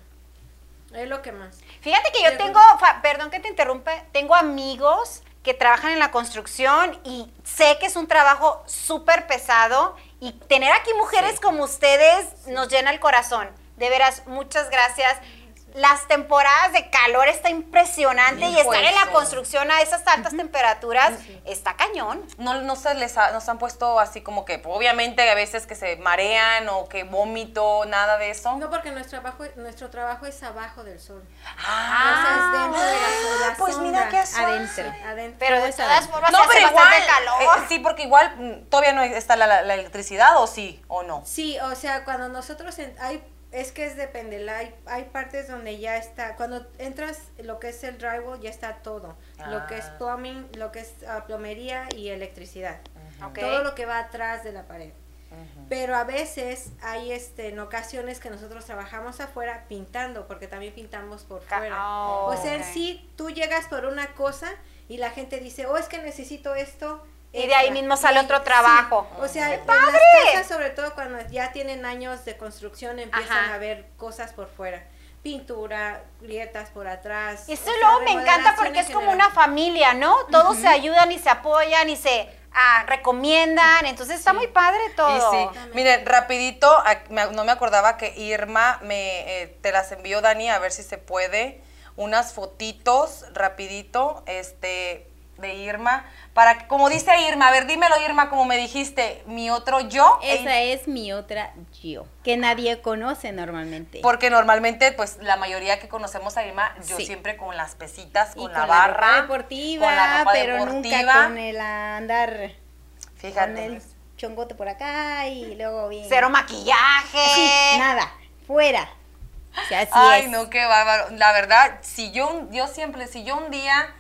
Es lo que más. Fíjate que yo Luego- tengo, fa- perdón que te interrumpe, tengo amigos que trabajan en la construcción y sé que es un trabajo súper pesado y tener aquí mujeres como ustedes nos llena el corazón. De veras, muchas gracias. Las temporadas de calor está impresionante y Hijo estar en la eso. construcción a esas altas temperaturas está cañón. No, no se les ha- nos han puesto así como que, obviamente a veces que se marean o que vómito, nada de eso. No, porque nuestro trabajo, nuestro trabajo es abajo del sol. Ah, o sea, es dentro de la, de la pues sombra. mira qué suave. Adentro. Adentro. Pero de Todo es todas adentro. formas No, se hace pero igual, bastante calor. eh, sí, porque igual mm, todavía no está la, la- la electricidad, ¿o sí? ¿O no? Sí, o sea, cuando nosotros en- hay es que es depende, la- hay, hay partes donde ya está, cuando entras lo que es el drywall ya está todo, lo que es Ah. plumbing, lo que es ah, plomería y electricidad, Ok. todo lo que va atrás de la pared. Pero a veces hay este en ocasiones que nosotros trabajamos afuera pintando, porque también pintamos por Ca- fuera. oh, o sea, ok. sí, tú llegas por una cosa y la gente dice, oh, es que necesito esto. Y de ahí extra". mismo sale Y- otro sí, trabajo. o sea, ¡Qué en padre! las casas, sobre todo cuando ya tienen años de construcción, empiezan Ajá. a ver cosas por fuera. Pintura, grietas por atrás. Y eso o sea, luego me encanta remodelación porque en es como general. una familia, ¿no? Todos se ayudan y se apoyan y se ah, recomiendan, entonces está muy padre todo. Y sí, miren, rapidito, a- me- no me acordaba que Irma me eh, te las envió, Dani, a ver si se puede, unas fotitos, rapidito, este, de Irma, para que, como dice Irma, a ver, dímelo Irma, como me dijiste, mi otro yo. Esa eh, es mi otra yo, que nadie conoce normalmente. Porque normalmente, pues, la mayoría que conocemos a Irma, yo Sí. siempre con las pesitas, Y con, con la la barra, ropa deportiva, con la ropa pero deportiva. nunca con el andar Fíjate. con el chongote por acá y luego bien. Cero maquillaje. Sí, nada, fuera. O sea, así Ay, es. no, qué bárbaro. La verdad, si yo, un- yo siempre, si yo un día,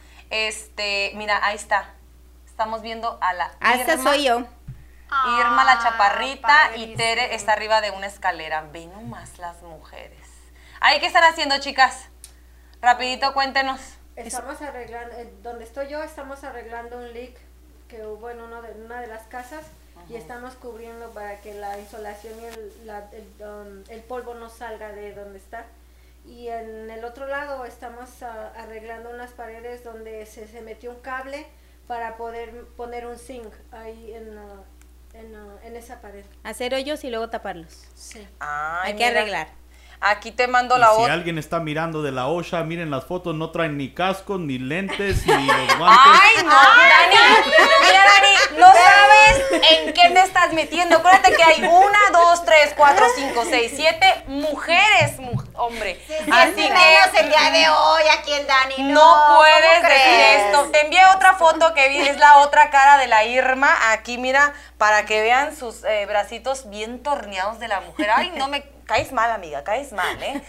este, mira, ahí está. Estamos viendo a la Ah, esa Irma. soy yo. Irma la Ah, chaparrita y padrísimo. Tere está arriba de una escalera. Ve nomás las mujeres. Ahí, ¿qué están haciendo, chicas? Rapidito, cuéntenos. Estamos arreglando, eh, donde estoy yo, estamos arreglando un leak que hubo en, uno de, en una de las casas y estamos cubriendo para que la insolación y el, la- el, um, el polvo no salga de donde está. Y en el otro lado estamos ah, arreglando unas paredes donde se, se metió un cable para poder poner un zinc ahí en, ah, en, ah, en esa pared. Hacer hoyos y luego taparlos. Sí. Ay, Hay que mira. arreglar. Aquí te mando Y la si otra. alguien está mirando de la OSHA, miren las fotos, no traen ni cascos, ni lentes, ni los guantes. Ay, no, Dani, mira, Dani, no sabes en qué te estás metiendo. Acuérdate que hay una, dos, tres, cuatro, cinco, seis, siete mujeres, mu- hombre. Así Así menos que el día de hoy aquí el Dani. no, ¿cómo puedes decir crees? esto. Te envié otra foto que vi, es la otra cara de la Irma. Aquí, mira, para que vean sus eh, bracitos bien torneados de la mujer. Ay, no me caes mal, amiga, caes mal, ¿eh?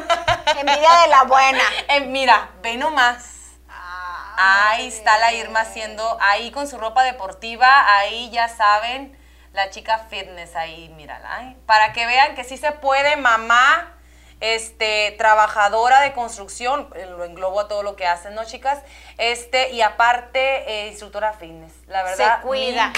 Envidia de la buena. Eh, mira, ve nomás. Ahí está la Irma haciendo, ahí con su ropa deportiva, ahí ya saben, la chica fitness ahí, mírala, ¿eh? Para que vean que sí se puede, mamá, este, trabajadora de construcción, eh, lo englobo a todo lo que hacen, ¿no, chicas? Este, y aparte, eh, instructora fitness, la verdad. Se cuida. mi-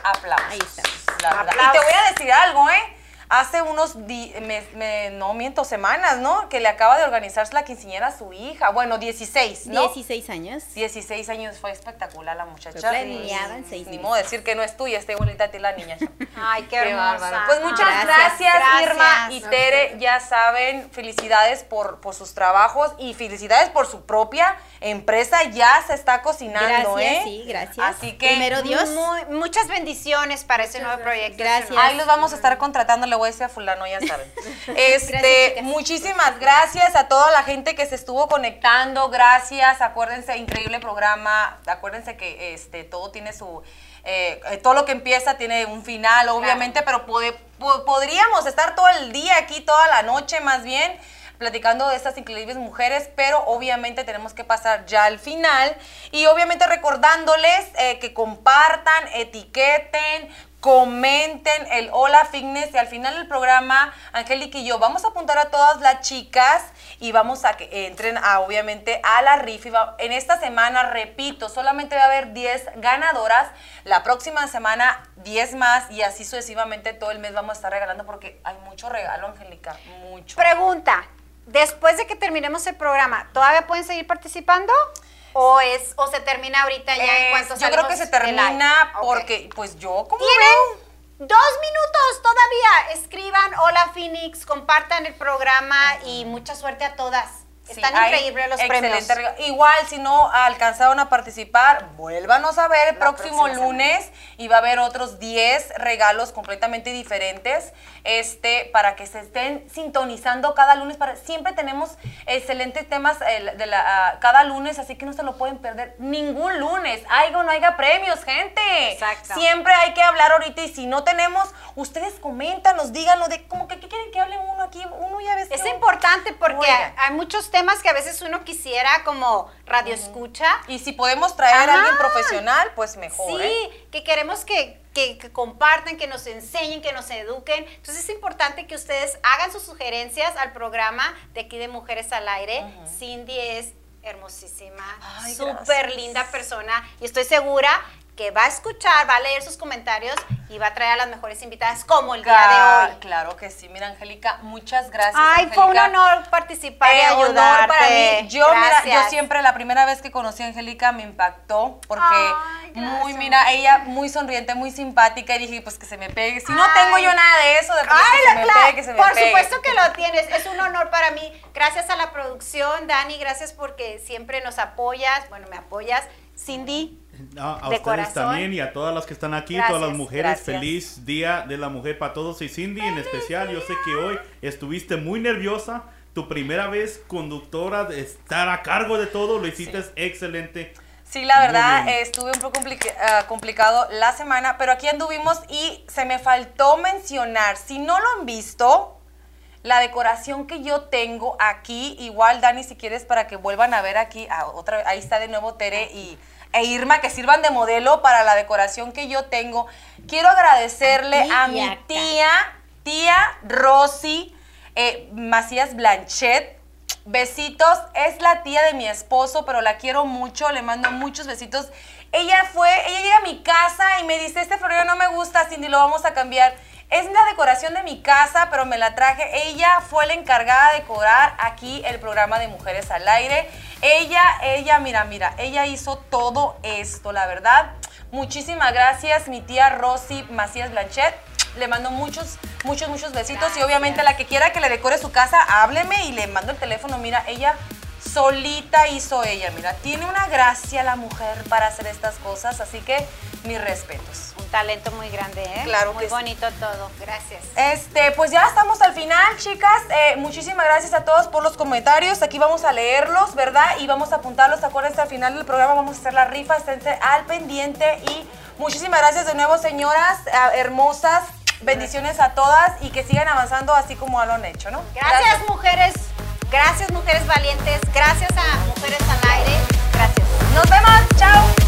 aplausos. Ahí estamos. La verdad. Aplausos. Y te voy a decir algo, ¿eh? Hace unos días, no miento, semanas, ¿no? Que le acaba de organizarse la quinceañera a su hija. Bueno, dieciséis, ¿no? dieciséis años. dieciséis años, fue espectacular la muchacha. Fue planeada en seis Ni meses. modo decir que no es tuya, está igualita a ti la niña. Ay, qué hermosa. bárbaro. Pues muchas Ay, gracias, gracias. Irma y Gracias. Tere. Ya saben, felicidades por, por sus trabajos y felicidades por su propia empresa. Ya se está cocinando, Gracias, ¿eh? sí, gracias. Así que Primero Dios. Muy- muchas bendiciones para ese nuevo proyecto. Gracias. ahí los vamos a estar contratando, le voy a decir a fulano, ya saben. Este, Gracias, chicas. muchísimas gracias a toda la gente que se estuvo conectando, gracias, acuérdense, increíble programa, acuérdense que este, todo tiene su, eh, eh, todo lo que empieza tiene un final, obviamente, pero pode- po- podríamos estar todo el día aquí, toda la noche más bien, platicando de estas increíbles mujeres, pero obviamente tenemos que pasar ya al final y obviamente recordándoles eh, que compartan, etiqueten, comenten el Hola Fitness y al final del programa, Angélica y yo vamos a apuntar a todas las chicas y vamos a que entren a, obviamente a la rifa. Y va- en esta semana, repito, solamente va a haber diez ganadoras, la próxima semana diez más y así sucesivamente todo el mes vamos a estar regalando porque hay mucho regalo, Angélica, mucho. Pregunta, después de que terminemos el programa, ¿todavía pueden seguir participando? ¿O es o se termina ahorita ya en Es- cuanto yo creo que se salimos del termina live? Ok. porque, pues yo como ¿Tienen dos minutos todavía? Escriban, hola Phoenix, compartan el programa y mucha suerte a todas. Sí, Están hay increíbles los excelente premios. regalo. Igual, si no alcanzaron a participar, vuélvanos a ver el La próximo próxima lunes y va a haber otros diez regalos completamente diferentes este, para que se estén sintonizando cada lunes. Para, siempre tenemos excelentes temas el, de la, ah, cada lunes, así que no se lo pueden perder ningún lunes. Haya o no haya premios, gente. Exacto. Siempre hay que hablar ahorita y si no tenemos, ustedes comentan, díganos de como que ¿qué quieren que hable uno aquí? Uno ya ves Es que- importante porque Oigan. hay muchos temas que a veces uno quisiera como radio escucha. Y si podemos traer Ajá. a alguien profesional, pues mejor. Sí, ¿eh? que queremos que, que, que compartan, que nos enseñen, que nos eduquen. Entonces es importante que ustedes hagan sus sugerencias al programa de aquí de Mujeres al Aire. Cindy es hermosísima, Ay, súper gracias. linda persona y estoy segura que va a escuchar, va a leer sus comentarios y va a traer a las mejores invitadas como el día Ca- de hoy. Claro que sí. Mira, Angélica, muchas gracias. Ay, fue un Angélica. honor participar y Eh, honor ayudarte. para mí. Yo, mira, Gracias. yo siempre, la primera vez que conocí a Angélica me impactó porque Ay, muy, gracias. mira, ella muy sonriente, muy simpática y dije, pues que se me pegue. Si no Ay. tengo yo nada de eso, de Ay, que se me la- pegue, que se me por pegue. supuesto que lo tienes, es un honor para mí. Gracias a la producción, Dani, gracias porque siempre nos apoyas, bueno, me apoyas. Cindy, No, a de ustedes corazón. también y a todas las que están aquí, Gracias, todas las mujeres, gracias. feliz Día de la Mujer para todos. Y Cindy en especial, yo sé que hoy estuviste muy nerviosa, tu primera vez conductora de estar a cargo de todo, lo hiciste excelente. Sí, la verdad, Muy bien. eh, estuve un poco complica- ah, complicado la semana, pero aquí anduvimos y se me faltó mencionar, si no lo han visto, la decoración que yo tengo aquí, igual Dani, si quieres para que vuelvan a ver aquí, ah, otra vez, ahí está de nuevo Tere y, e Irma, que sirvan de modelo para la decoración que yo tengo. Quiero agradecerle Aquí a y mi acá. tía, tía Rosy eh, Macías Blanchet. Besitos, es la tía de mi esposo, pero la quiero mucho, le mando muchos besitos. Ella fue, ella llega a mi casa y me dice, este florero no me gusta, Cindy, lo vamos a cambiar. Es la decoración de mi casa, pero me la traje. Ella fue la encargada de decorar aquí el programa de Mujeres al Aire. Ella, ella, mira, mira, ella hizo todo esto, la verdad. Muchísimas gracias, mi tía Rosy Macías Blanchet. Le mando muchos, muchos, muchos besitos. Y obviamente la que quiera que le decore su casa, hábleme y le mando el teléfono. Mira, ella solita hizo ella. Mira, tiene una gracia la mujer para hacer estas cosas. Así que mis respetos. un talento muy grande, ¿eh? Claro Muy que sí. bonito todo, gracias. Este, pues ya estamos al final, chicas. Eh, muchísimas gracias a todos por los comentarios. Aquí vamos a leerlos, ¿verdad? Y vamos a apuntarlos. Acuérdense, al final del programa vamos a hacer la rifa. Esténse al pendiente. Y muchísimas gracias de nuevo, señoras eh, hermosas. Bendiciones a todas y que sigan avanzando así como lo han hecho, ¿no? Gracias, mujeres. Gracias, mujeres valientes. Gracias a Mujeres al Aire. Gracias. Nos vemos. Chao.